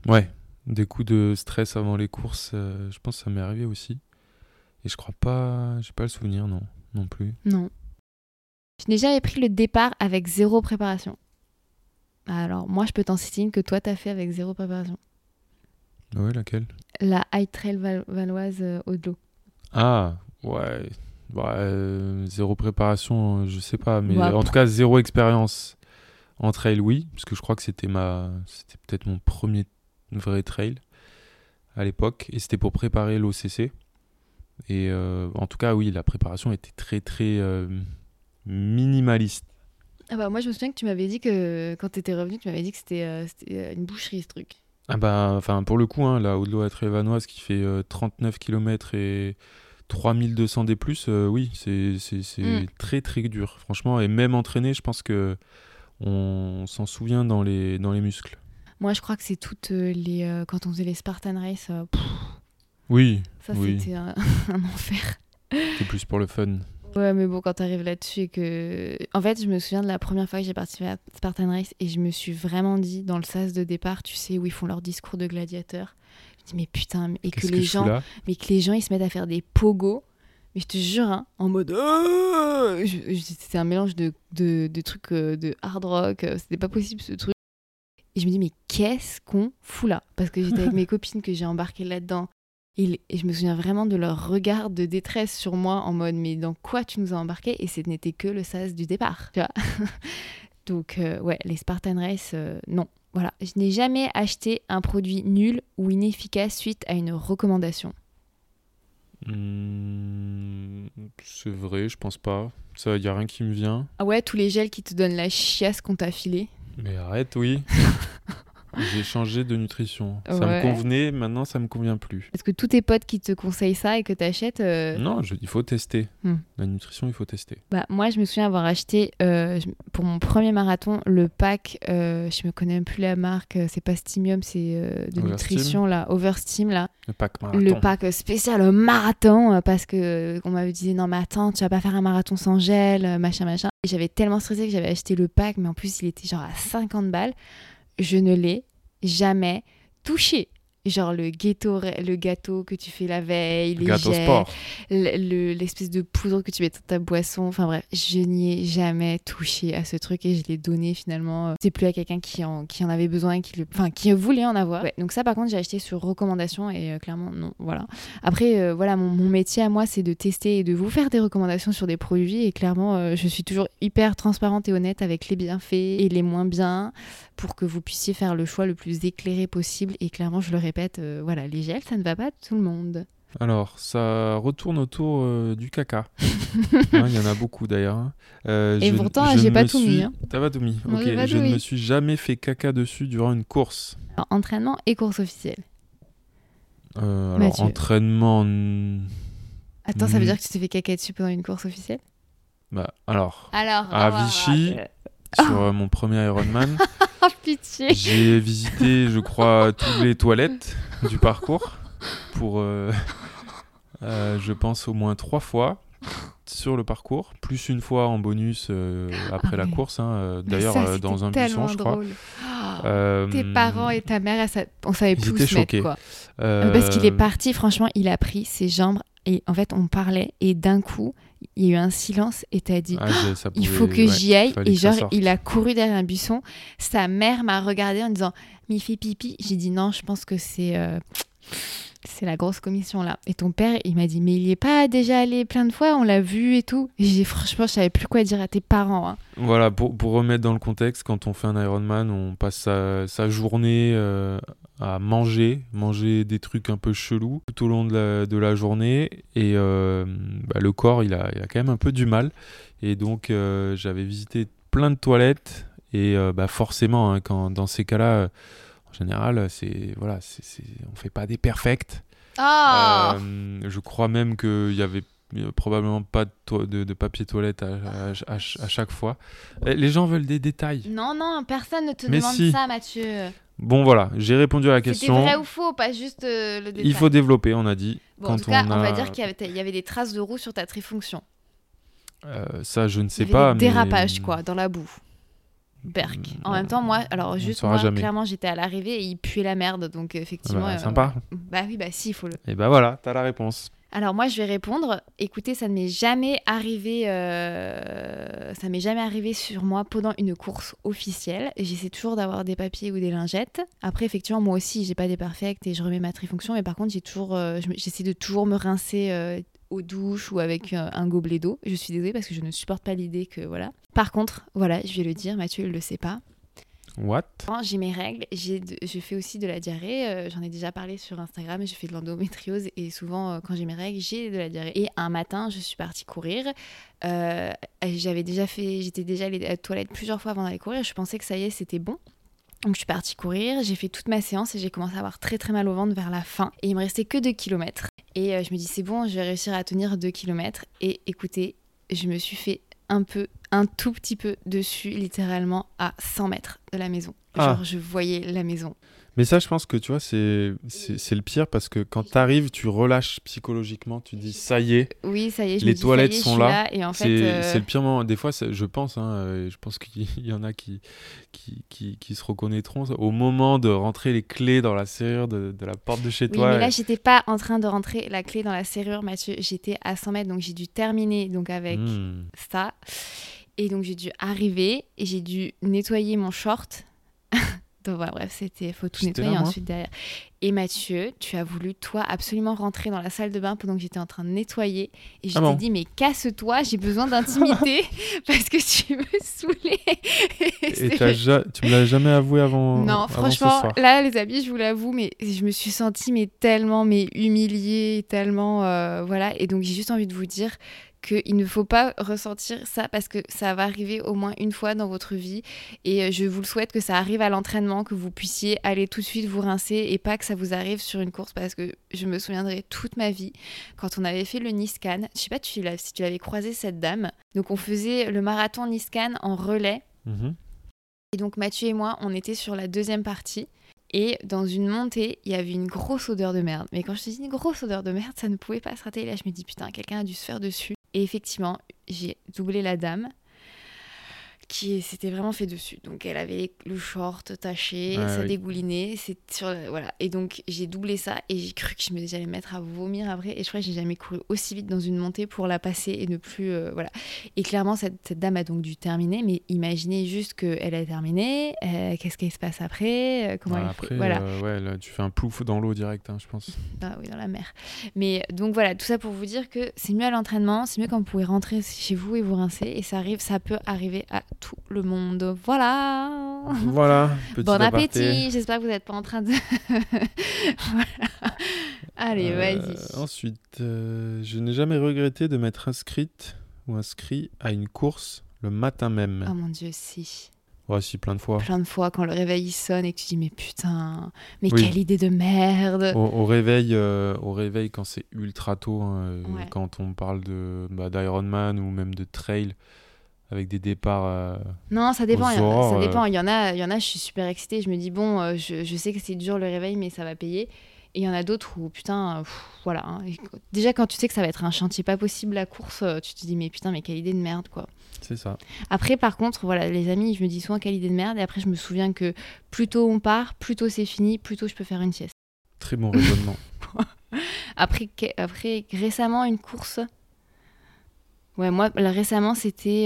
[SPEAKER 1] Ouais, des coups de stress avant les courses, je pense que ça m'est arrivé aussi. Et je crois pas, j'ai pas le souvenir, non plus.
[SPEAKER 2] Non. Je n'ai jamais pris le départ avec zéro préparation. Alors, moi, je peux t'en citer une que toi, t'as fait avec zéro préparation.
[SPEAKER 1] Ouais, laquelle?
[SPEAKER 2] La High Trail valoise au de l'eau.
[SPEAKER 1] Ah, ouais. Zéro préparation, je sais pas, mais
[SPEAKER 2] Bah,
[SPEAKER 1] en tout cas, zéro expérience en trail, oui, parce que je crois que c'était peut-être mon premier vrai trail à l'époque, et c'était pour préparer l'OCC. Et en tout cas, oui, la préparation était très, très minimaliste.
[SPEAKER 2] Ah bah, moi, je me souviens que tu m'avais dit que quand t'étais revenu, tu m'avais dit que c'était une boucherie, ce truc.
[SPEAKER 1] Ah bah, enfin, pour le coup, hein, la Haute-Loire Trévanoise qui fait 39 km et 3200 D+, oui, c'est très très dur, franchement. Et même entraîné, je pense que on s'en souvient dans les muscles.
[SPEAKER 2] Moi, je crois que c'est toutes quand on faisait les Spartan Race,
[SPEAKER 1] Oui,
[SPEAKER 2] ça,
[SPEAKER 1] oui,
[SPEAKER 2] c'était un enfer.
[SPEAKER 1] c'est plus pour le fun.
[SPEAKER 2] Ouais, mais bon, quand t'arrives là-dessus et que... En fait, je me souviens de la première fois que j'ai participé à Spartan Race et je me suis vraiment dit, dans le sas de départ, tu sais, où ils font leur discours de gladiateur, je me dis, mais putain, et que
[SPEAKER 1] Qu'est-ce
[SPEAKER 2] les
[SPEAKER 1] je fous
[SPEAKER 2] gens...
[SPEAKER 1] là
[SPEAKER 2] Mais que les gens, ils se mettent à faire des pogos. Mais je te jure, hein, en mode... C'était un mélange de trucs de hard rock. C'était pas possible, ce truc. Et je me dis, mais qu'est-ce qu'on fout là? Parce que j'étais avec mes copines que j'ai embarquées là-dedans. Et je me souviens vraiment de leur regard de détresse sur moi en mode, mais dans quoi tu nous as embarqués? Et ce n'était que le sas du départ, tu vois. Donc, ouais, les Spartan Race, non. Voilà, je n'ai jamais acheté un produit nul ou inefficace suite à une recommandation.
[SPEAKER 1] C'est vrai, je pense pas. Ça, y a rien qui me vient.
[SPEAKER 2] Ah ouais, tous les gels qui te donnent la chiasse qu'on t'a filé.
[SPEAKER 1] Mais arrête, oui. J'ai changé de nutrition. Ça me
[SPEAKER 2] Ouais.
[SPEAKER 1] convenait, maintenant ça me convient plus.
[SPEAKER 2] Parce que tous tes potes qui te conseillent ça et que t'achètes...
[SPEAKER 1] Non, il faut tester. La nutrition, il faut tester.
[SPEAKER 2] Bah, moi, je me souviens avoir acheté pour mon premier marathon le pack, je me connais même plus la marque, c'est pas Stimium, c'est de
[SPEAKER 1] Oversteam.
[SPEAKER 2] nutrition, là, Oversteam, là.
[SPEAKER 1] Le pack marathon.
[SPEAKER 2] Le pack spécial marathon, parce que on m'avait dit non, mais attends, tu vas pas faire un marathon sans gel, machin. Et j'avais tellement stressé que j'avais acheté le pack, mais en plus, il était genre à 50 balles. Je ne l'ai jamais touché. Genre le gâteau que tu fais la veille, les
[SPEAKER 1] gâteau
[SPEAKER 2] gels,
[SPEAKER 1] sport.
[SPEAKER 2] l'espèce de poudre que tu mets dans ta boisson. Enfin bref, je n'y ai jamais touché à ce truc et je l'ai donné finalement. C'est plus à quelqu'un qui en avait besoin, qui voulait en avoir. Ouais, donc ça par contre j'ai acheté sur recommandation et clairement non, voilà. Après voilà, mon métier à moi c'est de tester et de vous faire des recommandations sur des produits et clairement je suis toujours hyper transparente et honnête avec les bienfaits et les moins bien pour que vous puissiez faire le choix le plus éclairé possible et clairement je le répète, voilà, les gels ça ne va pas à tout le monde.
[SPEAKER 1] Alors, ça retourne autour du caca. Il y en a beaucoup d'ailleurs.
[SPEAKER 2] Et pourtant, j'ai pas tout mis. Hein.
[SPEAKER 1] T'as pas tout mis.
[SPEAKER 2] Moi,
[SPEAKER 1] Ok,
[SPEAKER 2] j'ai pas
[SPEAKER 1] je
[SPEAKER 2] tout
[SPEAKER 1] ne
[SPEAKER 2] mis.
[SPEAKER 1] me suis jamais fait caca dessus durant une course.
[SPEAKER 2] Alors, entraînement et course officielle.
[SPEAKER 1] Alors,
[SPEAKER 2] Mathieu.
[SPEAKER 1] entraînement.
[SPEAKER 2] Attends, ça veut dire que tu t'es fait caca dessus pendant une course officielle?
[SPEAKER 1] Alors,
[SPEAKER 2] Alors,
[SPEAKER 1] à Vichy, sur mon premier Ironman,
[SPEAKER 2] oh pitié.
[SPEAKER 1] j'ai visité, je crois, toutes les toilettes du parcours pour, je pense, au moins 3 fois sur le parcours, plus une fois en bonus après la course, hein, d'ailleurs dans un buisson, je crois.
[SPEAKER 2] Tes parents et ta mère, on savait plus où se
[SPEAKER 1] choqués.
[SPEAKER 2] mettre, quoi. Parce qu'il est parti, franchement, il a pris ses jambes et en fait, on parlait et d'un coup, il y a eu un silence et t'as dit il faut que j'y aille. Et genre, il a couru derrière un buisson. Sa mère m'a regardé en disant mais il fait pipi. J'ai dit non, je pense que c'est la grosse commission là. Et ton père, il m'a dit mais il y est pas déjà allé plein de fois, on l'a vu et tout. Et j'ai dit franchement, je savais plus quoi dire à tes parents. Hein.
[SPEAKER 1] Voilà, pour remettre dans le contexte, quand on fait un Ironman, on passe sa journée à manger des trucs un peu chelous tout au long de la journée. Et le corps, il a quand même un peu du mal. Et donc, j'avais visité plein de toilettes. Et forcément, hein, dans ces cas-là, en général, on fait pas des perfects. Je crois même qu'il y avait probablement pas de papier toilette à chaque fois. Les gens veulent des détails.
[SPEAKER 2] Non, personne ne te
[SPEAKER 1] Mais
[SPEAKER 2] demande
[SPEAKER 1] si.
[SPEAKER 2] ça, Mathieu.
[SPEAKER 1] Bon, voilà, j'ai répondu à la question.
[SPEAKER 2] C'était vrai ou faux, pas juste le détail.
[SPEAKER 1] Il faut développer, on a dit.
[SPEAKER 2] Bon, en tout cas, on va dire qu'il y avait des traces de roue sur ta trifonction.
[SPEAKER 1] Ça, je ne sais
[SPEAKER 2] Il y avait
[SPEAKER 1] pas.
[SPEAKER 2] des dérapages, quoi, dans la boue. berk. En même temps, moi, alors juste
[SPEAKER 1] saura
[SPEAKER 2] moi,
[SPEAKER 1] jamais.
[SPEAKER 2] clairement, j'étais à l'arrivée et il puait la merde, donc effectivement.
[SPEAKER 1] Bah, sympa.
[SPEAKER 2] Bah oui, bah si, il faut le.
[SPEAKER 1] Et bah voilà, t'as la réponse.
[SPEAKER 2] Alors moi, je vais répondre. Écoutez, ça ne m'est jamais arrivé. Ça m'est jamais arrivé sur moi pendant une course officielle. J'essaie toujours d'avoir des papiers ou des lingettes. Après, effectivement, moi aussi, j'ai pas des perfects et je remets ma trifonction. Mais par contre, j'essaie de toujours me rincer aux douches ou avec un gobelet d'eau. Je suis désolée parce que je ne supporte pas l'idée que voilà. Par contre, voilà, je vais le dire. Mathieu, il le sait pas.
[SPEAKER 1] What?
[SPEAKER 2] Quand j'ai mes règles, je fais aussi de la diarrhée. J'en ai déjà parlé sur Instagram. Je fais de l'endométriose et souvent, quand j'ai mes règles, j'ai de la diarrhée. Et un matin, je suis partie courir. J'étais déjà allée à la toilette plusieurs fois avant d'aller courir. Je pensais que ça y est, c'était bon. Donc je suis partie courir, j'ai fait toute ma séance et j'ai commencé à avoir très très mal au ventre vers la fin. Et il me restait que 2 kilomètres. Et je me dis c'est bon, je vais réussir à tenir 2 kilomètres. Et écoutez, je me suis fait un tout petit peu dessus, littéralement à 100 mètres de la maison. Genre je voyais la maison.
[SPEAKER 1] Mais ça, je pense que tu vois, c'est le pire parce que quand t'arrives, tu relâches psychologiquement, tu dis ça y est.
[SPEAKER 2] Oui, ça y est,
[SPEAKER 1] les toilettes
[SPEAKER 2] ça y est,
[SPEAKER 1] sont
[SPEAKER 2] je suis
[SPEAKER 1] là.
[SPEAKER 2] Et en fait,
[SPEAKER 1] c'est le pire moment. Des fois, je pense, je pense qu'il y en a qui se reconnaîtront. Au moment de rentrer les clés dans la serrure de la porte de chez
[SPEAKER 2] oui,
[SPEAKER 1] toi.
[SPEAKER 2] mais là, j'étais pas en train de rentrer la clé dans la serrure, Mathieu. J'étais à 100 mètres, donc j'ai dû terminer donc avec ça. Et donc, j'ai dû arriver et j'ai dû nettoyer mon short. Donc voilà, bref, faut tout nettoyer ensuite derrière. Et Mathieu, tu as voulu, toi, absolument rentrer dans la salle de bain pendant que j'étais en train de nettoyer. Et je t'ai dit, mais casse-toi, j'ai besoin d'intimité parce que tu me saoulais.
[SPEAKER 1] Et tu me l'as jamais avoué avant?
[SPEAKER 2] Non,
[SPEAKER 1] avant
[SPEAKER 2] franchement,
[SPEAKER 1] ce soir.
[SPEAKER 2] là, les amis, je vous l'avoue, mais je me suis sentie tellement humiliée, tellement... voilà, et donc j'ai juste envie de vous dire qu'il ne faut pas ressentir ça parce que ça va arriver au moins une fois dans votre vie et je vous le souhaite que ça arrive à l'entraînement, que vous puissiez aller tout de suite vous rincer et pas que ça vous arrive sur une course parce que je me souviendrai toute ma vie quand on avait fait le Nice-Cannes. Je sais pas si tu l'avais croisé cette dame. Donc on faisait le marathon Nice-Cannes en relais. Et donc Mathieu et moi, on était sur la deuxième partie. Et dans une montée, il y avait une grosse odeur de merde. Mais quand je te dis une grosse odeur de merde, ça ne pouvait pas se rater. Et là, je me dis, putain, quelqu'un a dû se faire dessus. Et effectivement, j'ai doublé la dame qui s'était vraiment fait dessus. Donc, elle avait le short taché, ça dégoulinait. Voilà. Et donc, j'ai doublé ça et j'ai cru que j'allais me mettre à vomir après. Et je crois que j'ai jamais couru aussi vite dans une montée pour la passer et ne plus... voilà. Et clairement, cette dame a donc dû terminer. Mais imaginez juste qu'elle a terminé. Qu'est-ce qui se passe après comment elle
[SPEAKER 1] après,
[SPEAKER 2] fait voilà.
[SPEAKER 1] Là, tu fais un plouf dans l'eau direct, je pense.
[SPEAKER 2] Ah oui, dans la mer. Mais donc voilà, tout ça pour vous dire que c'est mieux à l'entraînement. C'est mieux quand vous pouvez rentrer chez vous et vous rincer. Et ça peut arriver à tout le monde. Voilà.
[SPEAKER 1] Voilà.
[SPEAKER 2] Bon appétit. J'espère que vous n'êtes pas en train de... voilà. Allez, vas-y.
[SPEAKER 1] Ensuite, je n'ai jamais regretté de m'être inscrite ou inscrit à une course le matin même.
[SPEAKER 2] Oh mon Dieu, si.
[SPEAKER 1] Ouais, si, plein de fois.
[SPEAKER 2] Plein de fois, quand le réveil il sonne et que tu dis, mais putain, mais quelle idée de merde.
[SPEAKER 1] Au réveil, quand c'est ultra tôt, quand on parle d'Ironman ou même de trail, avec des départs.
[SPEAKER 2] Non, ça dépend.
[SPEAKER 1] Ça
[SPEAKER 2] dépend. Il y en a, je suis super excitée. Je me dis, bon, je sais que c'est dur le réveil, mais ça va payer. Et il y en a d'autres où, putain, voilà. Hein. Déjà, quand tu sais que ça va être un chantier pas possible, la course, tu te dis, mais putain, mais quelle idée de merde, quoi.
[SPEAKER 1] C'est ça.
[SPEAKER 2] Après, par contre, voilà, les amis, je me dis souvent quelle idée de merde. Et après, je me souviens que plus tôt on part, plus tôt c'est fini, plus tôt je peux faire une sieste.
[SPEAKER 1] Très bon raisonnement.
[SPEAKER 2] Après, récemment, une course... Ouais, moi, là, récemment, c'était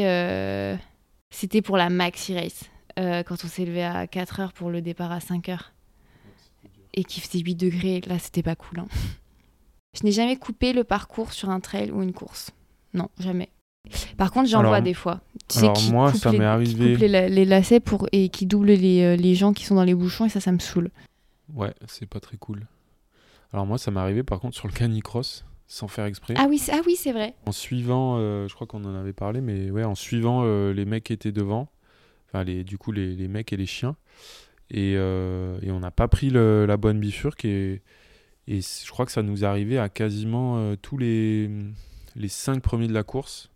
[SPEAKER 2] pour la Maxi Race. Quand on s'est levé à 4 heures pour le départ à 5 heures. Et qu'il faisait 8 degrés, là, c'était pas cool. Hein. Je n'ai jamais coupé le parcours sur un trail ou une course. Non, jamais. Par contre, j'en vois des fois. Tu sais,
[SPEAKER 1] moi, ça m'est arrivé.
[SPEAKER 2] Qui coupe les lacets et qui double les gens qui sont dans les bouchons, et ça me saoule.
[SPEAKER 1] Ouais, c'est pas très cool. Alors moi, ça m'est arrivé, par contre, sur le canicross. Sans faire exprès.
[SPEAKER 2] Ah oui, c'est vrai.
[SPEAKER 1] En suivant, je crois qu'on en avait parlé, mais ouais, en suivant les mecs qui étaient devant, enfin les mecs et les chiens, et on n'a pas pris la bonne bifurque et je crois que ça nous est arrivé à quasiment tous les 5 premiers de la course.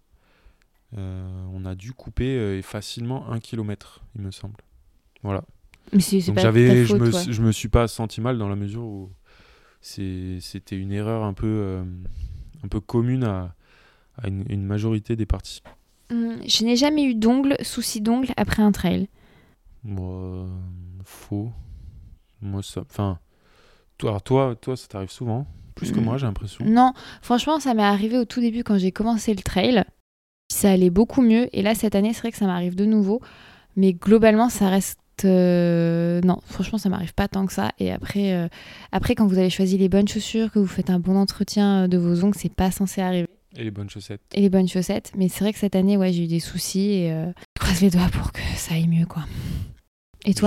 [SPEAKER 1] On a dû couper facilement 1 kilomètre, il me semble. Voilà.
[SPEAKER 2] Mais c'est
[SPEAKER 1] donc
[SPEAKER 2] pas ta faute,
[SPEAKER 1] je me suis pas senti mal dans la mesure où c'était une erreur un peu commune à une majorité des participants.
[SPEAKER 2] Je n'ai jamais eu souci d'ongles après un trail.
[SPEAKER 1] Moi, faux. Moi, ça. Enfin, toi, ça t'arrive souvent. Plus que moi, j'ai l'impression.
[SPEAKER 2] Non, franchement, ça m'est arrivé au tout début quand j'ai commencé le trail. Ça allait beaucoup mieux. Et là, cette année, c'est vrai que ça m'arrive de nouveau. Mais globalement, ça reste... Non, franchement, ça m'arrive pas tant que ça. Et après, quand vous avez choisi les bonnes chaussures, que vous faites un bon entretien de vos ongles, c'est pas censé arriver.
[SPEAKER 1] Et les bonnes chaussettes.
[SPEAKER 2] Et les bonnes chaussettes. Mais c'est vrai que cette année, ouais, j'ai eu des soucis et je croise les doigts pour que ça aille mieux, quoi. Et toi ?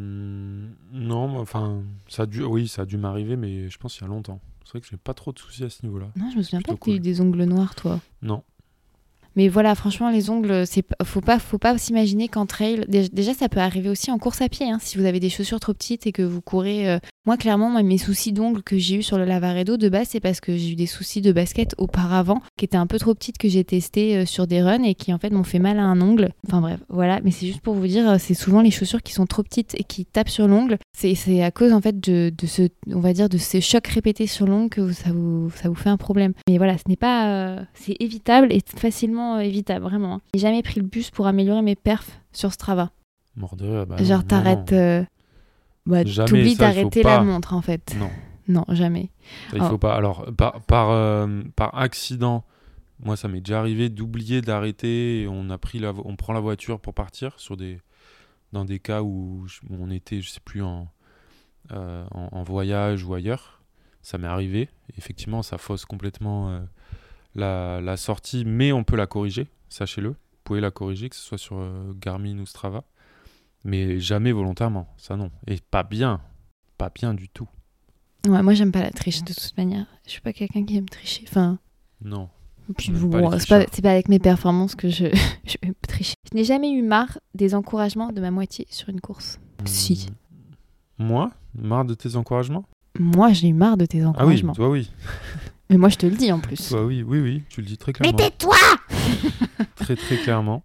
[SPEAKER 1] Non, enfin, ça a dû m'arriver, mais je pense il y a longtemps. C'est vrai que j'ai pas trop de soucis à ce niveau-là.
[SPEAKER 2] Non, je me souviens pas
[SPEAKER 1] Plutôt
[SPEAKER 2] que tu eu des ongles noirs, toi.
[SPEAKER 1] Non.
[SPEAKER 2] Mais voilà, franchement, les ongles, faut pas s'imaginer qu'en trail, déjà ça peut arriver aussi en course à pied, hein, si vous avez des chaussures trop petites et que vous courez. Moi, clairement, mes soucis d'ongles que j'ai eu sur le Lavaredo de base, c'est parce que j'ai eu des soucis de basket auparavant, qui étaient un peu trop petites que j'ai testées sur des runs et qui en fait m'ont fait mal à un ongle. Enfin bref, voilà. Mais c'est juste pour vous dire, c'est souvent les chaussures qui sont trop petites et qui tapent sur l'ongle. C'est à cause en fait de ces chocs répétés sur l'ongle que ça vous fait un problème. Mais voilà, ce n'est pas, c'est évitable et facilement évitable, vraiment. J'ai jamais pris le bus pour améliorer mes perfs sur Strava.
[SPEAKER 1] Mort de rire, bah
[SPEAKER 2] genre
[SPEAKER 1] non,
[SPEAKER 2] t'arrêtes,
[SPEAKER 1] jamais,
[SPEAKER 2] t'oublies
[SPEAKER 1] ça, il faut
[SPEAKER 2] d'arrêter
[SPEAKER 1] pas.
[SPEAKER 2] la montre en fait.
[SPEAKER 1] Non,
[SPEAKER 2] Non, jamais.
[SPEAKER 1] ça, il faut pas. Alors, par accident, moi, ça m'est déjà arrivé d'oublier d'arrêter. Et on prend la voiture pour partir dans des cas où on était, je sais plus, en voyage ou ailleurs. Ça m'est arrivé. Effectivement, ça fausse complètement la sortie, mais on peut la corriger, sachez-le. Vous pouvez la corriger, que ce soit sur Garmin ou Strava. Mais jamais volontairement, ça non. Et pas bien du tout.
[SPEAKER 2] Ouais, moi j'aime pas la triche de toute manière. Je suis pas quelqu'un qui aime tricher. Enfin,
[SPEAKER 1] Non.
[SPEAKER 2] puis
[SPEAKER 1] On aime pas
[SPEAKER 2] bon,
[SPEAKER 1] les
[SPEAKER 2] c'est pas avec mes performances que je vais tricher. Je n'ai jamais eu marre des encouragements de ma moitié sur une course. Si.
[SPEAKER 1] Moi, marre de tes encouragements ?
[SPEAKER 2] Moi, j'ai eu marre de tes
[SPEAKER 1] Ah oui,
[SPEAKER 2] encouragements.
[SPEAKER 1] toi oui.
[SPEAKER 2] Mais moi, je te le dis en plus.
[SPEAKER 1] Toi oui, tu le dis très
[SPEAKER 2] Mais
[SPEAKER 1] clairement.
[SPEAKER 2] tais-toi.
[SPEAKER 1] Très très clairement.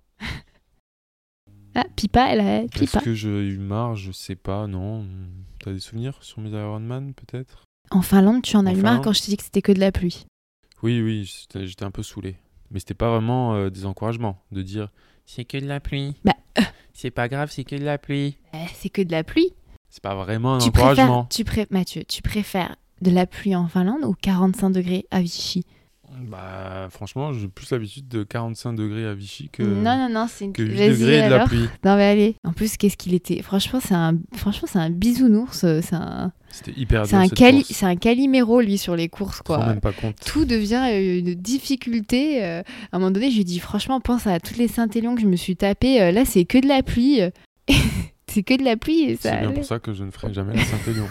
[SPEAKER 2] Ah, Pipa, elle a Pipa.
[SPEAKER 1] Est-ce que j'ai eu marre ? Je sais pas, non. T'as des souvenirs sur mes Ironman peut-être ?
[SPEAKER 2] En Finlande, tu en as
[SPEAKER 1] En
[SPEAKER 2] eu marre
[SPEAKER 1] Finlande
[SPEAKER 2] quand je t'ai dit que c'était que de la pluie.
[SPEAKER 1] Oui, j'étais un peu saoulé. Mais c'était pas vraiment des encouragements de dire c'est que de la pluie.
[SPEAKER 2] Bah,
[SPEAKER 1] c'est pas grave, c'est que de la pluie.
[SPEAKER 2] C'est que de la pluie.
[SPEAKER 1] C'est pas vraiment un encouragement.
[SPEAKER 2] Mathieu, tu préfères de la pluie en Finlande ou 45 degrés à Vichy ?
[SPEAKER 1] Bah, franchement, j'ai plus l'habitude de 45 degrés à Vichy que,
[SPEAKER 2] Non, c'est une...
[SPEAKER 1] que 8
[SPEAKER 2] Vas-y,
[SPEAKER 1] degrés et de la
[SPEAKER 2] alors.
[SPEAKER 1] pluie.
[SPEAKER 2] Non mais allez. En plus, qu'est-ce qu'il était... Franchement, c'est un bisounours.
[SPEAKER 1] C'était hyper
[SPEAKER 2] C'est
[SPEAKER 1] dur
[SPEAKER 2] un,
[SPEAKER 1] cette course.
[SPEAKER 2] c'est un Calimero, lui, sur les courses,
[SPEAKER 1] Je me rends
[SPEAKER 2] quoi.
[SPEAKER 1] même pas compte.
[SPEAKER 2] Tout devient une difficulté. À un moment donné, je lui dis, franchement, pense à toutes les Saint-Élion que je me suis tapé. Là, c'est que de la pluie. C'est que de la pluie. Et ça
[SPEAKER 1] C'est bien
[SPEAKER 2] allait.
[SPEAKER 1] pour ça que je ne ferai jamais la Saint-Élion.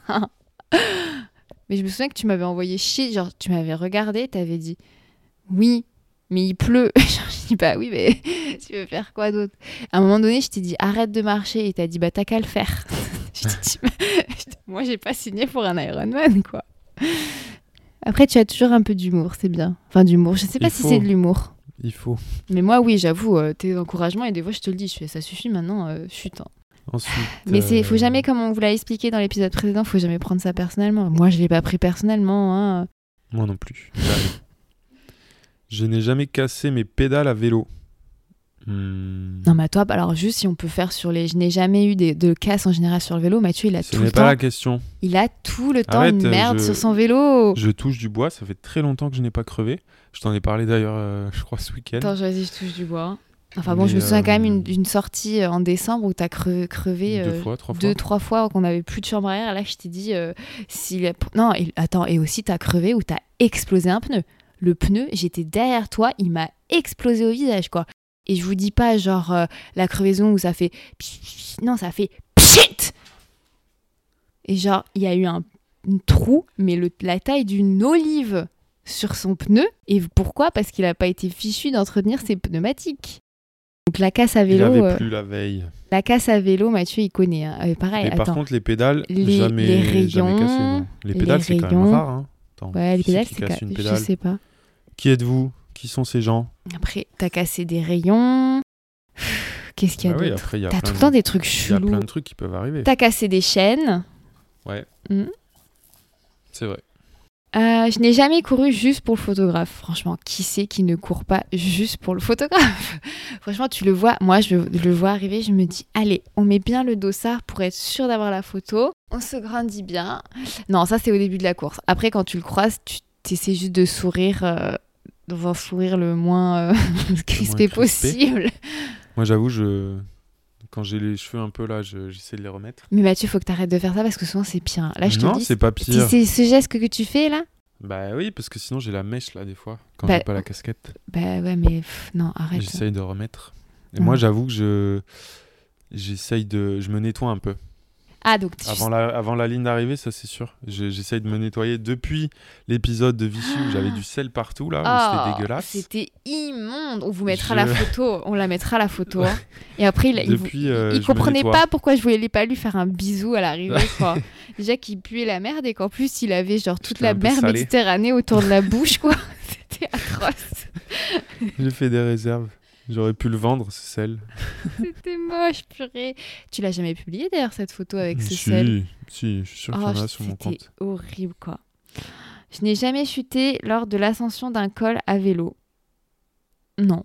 [SPEAKER 2] Mais je me souviens que tu m'avais envoyé chier. Genre, tu m'avais regardé, t'avais dit, oui, mais il pleut. Je dis, bah oui, mais tu veux faire quoi d'autre ? À un moment donné, je t'ai dit, arrête de marcher. Et t'as dit, bah t'as qu'à le faire. Je t'ai dit, moi, j'ai pas signé pour un Ironman, quoi. Après, tu as toujours un peu d'humour, c'est bien. Enfin, d'humour. Je sais pas si c'est de l'humour.
[SPEAKER 1] Il faut.
[SPEAKER 2] Mais moi, oui, j'avoue, tes encouragements, et des fois, je te le dis, ça suffit maintenant, chut. Hein.
[SPEAKER 1] Ensuite,
[SPEAKER 2] Mais faut jamais, comme on vous l'a expliqué dans l'épisode précédent, faut jamais prendre ça personnellement. Moi, je l'ai pas pris personnellement. Hein.
[SPEAKER 1] Moi non plus. Jamais. Je n'ai jamais cassé mes pédales à vélo.
[SPEAKER 2] Non, mais toi, alors juste si on peut faire sur les... Je n'ai jamais eu de casse en général sur le vélo. Mathieu, il a
[SPEAKER 1] Ce
[SPEAKER 2] tout le
[SPEAKER 1] n'est
[SPEAKER 2] temps...
[SPEAKER 1] pas la question.
[SPEAKER 2] Il a tout le temps
[SPEAKER 1] Arrête,
[SPEAKER 2] une merde sur son vélo.
[SPEAKER 1] Je touche du bois, ça fait très longtemps que je n'ai pas crevé. Je t'en ai parlé d'ailleurs, je crois, ce week-end.
[SPEAKER 2] Attends, vas-y, je touche du bois. Enfin bon,
[SPEAKER 1] Mais,
[SPEAKER 2] je me souviens quand même d'une sortie en décembre où t'as crevé 2-3 fois qu'on n'avait plus de chambre à air. Là, je t'ai dit... Non, et aussi t'as crevé ou t'as explosé un pneu. Le pneu, j'étais derrière toi, il m'a explosé au visage, quoi. Et je vous dis pas, genre, la crevaison où ça fait... Non, ça fait... Pchit. Et genre, il y a eu un trou, mais la taille d'une olive sur son pneu. Et pourquoi ? Parce qu'il n'a pas été fichu d'entretenir ses pneumatiques. Donc la casse à vélo...
[SPEAKER 1] Il avait plu la veille.
[SPEAKER 2] La casse à vélo, Mathieu, il connaît. Hein. Pareil,
[SPEAKER 1] Et par contre, les pédales, jamais cassé. Non. Les pédales, c'est quand même rare. Hein. Attends,
[SPEAKER 2] ouais, les pédales, c'est
[SPEAKER 1] quand même... Je
[SPEAKER 2] sais pas.
[SPEAKER 1] Qui êtes-vous ? Qui sont ces gens ?
[SPEAKER 2] Après, t'as cassé des rayons. Qu'est-ce qu'il y a d'autre ? T'as tout le temps des trucs chelous.
[SPEAKER 1] Il y a plein de trucs qui peuvent arriver.
[SPEAKER 2] T'as cassé des chaînes.
[SPEAKER 1] Ouais.
[SPEAKER 2] Mmh.
[SPEAKER 1] C'est vrai.
[SPEAKER 2] Je n'ai jamais couru juste pour le photographe. Franchement, qui c'est qui ne court pas juste pour le photographe? Franchement, tu le vois. Moi, je le vois arriver. Je me dis, allez, on met bien le dossard pour être sûr d'avoir la photo. On se grandit bien. Non, ça, c'est au début de la course. Après, quand tu le croises, tu essaies juste de sourire dans un sourire le moins crispé possible.
[SPEAKER 1] Moi, j'avoue, quand j'ai les cheveux un peu là, j'essaie de les remettre.
[SPEAKER 2] Mais Mathieu, faut que tu arrêtes de faire ça parce que souvent, c'est pire. Là, je te dis.
[SPEAKER 1] Non, c'est pas pire.
[SPEAKER 2] C'est ce geste que tu fais là?
[SPEAKER 1] Bah oui, parce que sinon j'ai la mèche là des fois, quand
[SPEAKER 2] Bah,
[SPEAKER 1] j'ai pas la casquette.
[SPEAKER 2] Bah ouais, mais non, arrête.
[SPEAKER 1] J'essaye de remettre. Et
[SPEAKER 2] Non.
[SPEAKER 1] moi j'avoue que je me nettoie un peu.
[SPEAKER 2] Ah, donc
[SPEAKER 1] Avant la ligne d'arrivée, ça c'est sûr. J'essaye de me nettoyer depuis l'épisode de Vichy où j'avais du sel partout là, où c'était dégueulasse.
[SPEAKER 2] C'était immonde. On vous mettra la photo. On la mettra la photo. Hein. Et après, il comprenait pas pourquoi je voulais pas lui faire un bisou à l'arrivée. Quoi. Déjà qu'il puait la merde et qu'en plus il avait genre toute la mer Méditerranée autour de la bouche. Quoi. C'était atroce.
[SPEAKER 1] J'ai fait des réserves. J'aurais pu le vendre, ce sel.
[SPEAKER 2] C'était moche, purée. Tu l'as jamais publié d'ailleurs, cette photo avec ce sel?
[SPEAKER 1] Si, je suis sûr qu'il y en a sur mon compte.
[SPEAKER 2] C'était horrible, quoi. Je n'ai jamais chuté lors de l'ascension d'un col à vélo. Non.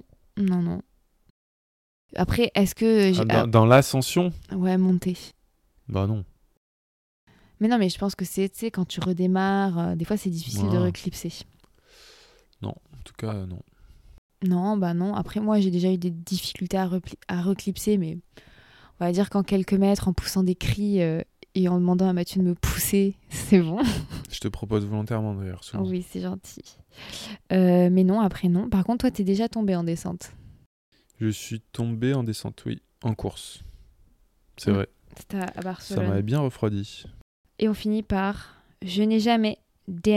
[SPEAKER 2] Après, est-ce que...
[SPEAKER 1] Dans l'ascension?
[SPEAKER 2] Ouais, monter.
[SPEAKER 1] Bah non.
[SPEAKER 2] Mais non, mais je pense que c'est, tu sais, quand tu redémarres, des fois c'est difficile de reclipser.
[SPEAKER 1] Non, en tout cas, non.
[SPEAKER 2] Non, bah non. Après, moi, j'ai déjà eu des difficultés à reclipser, mais on va dire qu'en quelques mètres, en poussant des cris et en demandant à Mathieu de me pousser, c'est bon.
[SPEAKER 1] Je te propose volontairement d'ailleurs, souvent.
[SPEAKER 2] Oui, c'est gentil. Mais non, après non. Par contre, toi, t'es déjà tombé en descente.
[SPEAKER 1] Je suis tombé en descente, oui, en course. C'est vrai.
[SPEAKER 2] C'était à Barcelone.
[SPEAKER 1] Ça m'avait bien refroidi.
[SPEAKER 2] Et on finit par « Je n'ai jamais DNF ».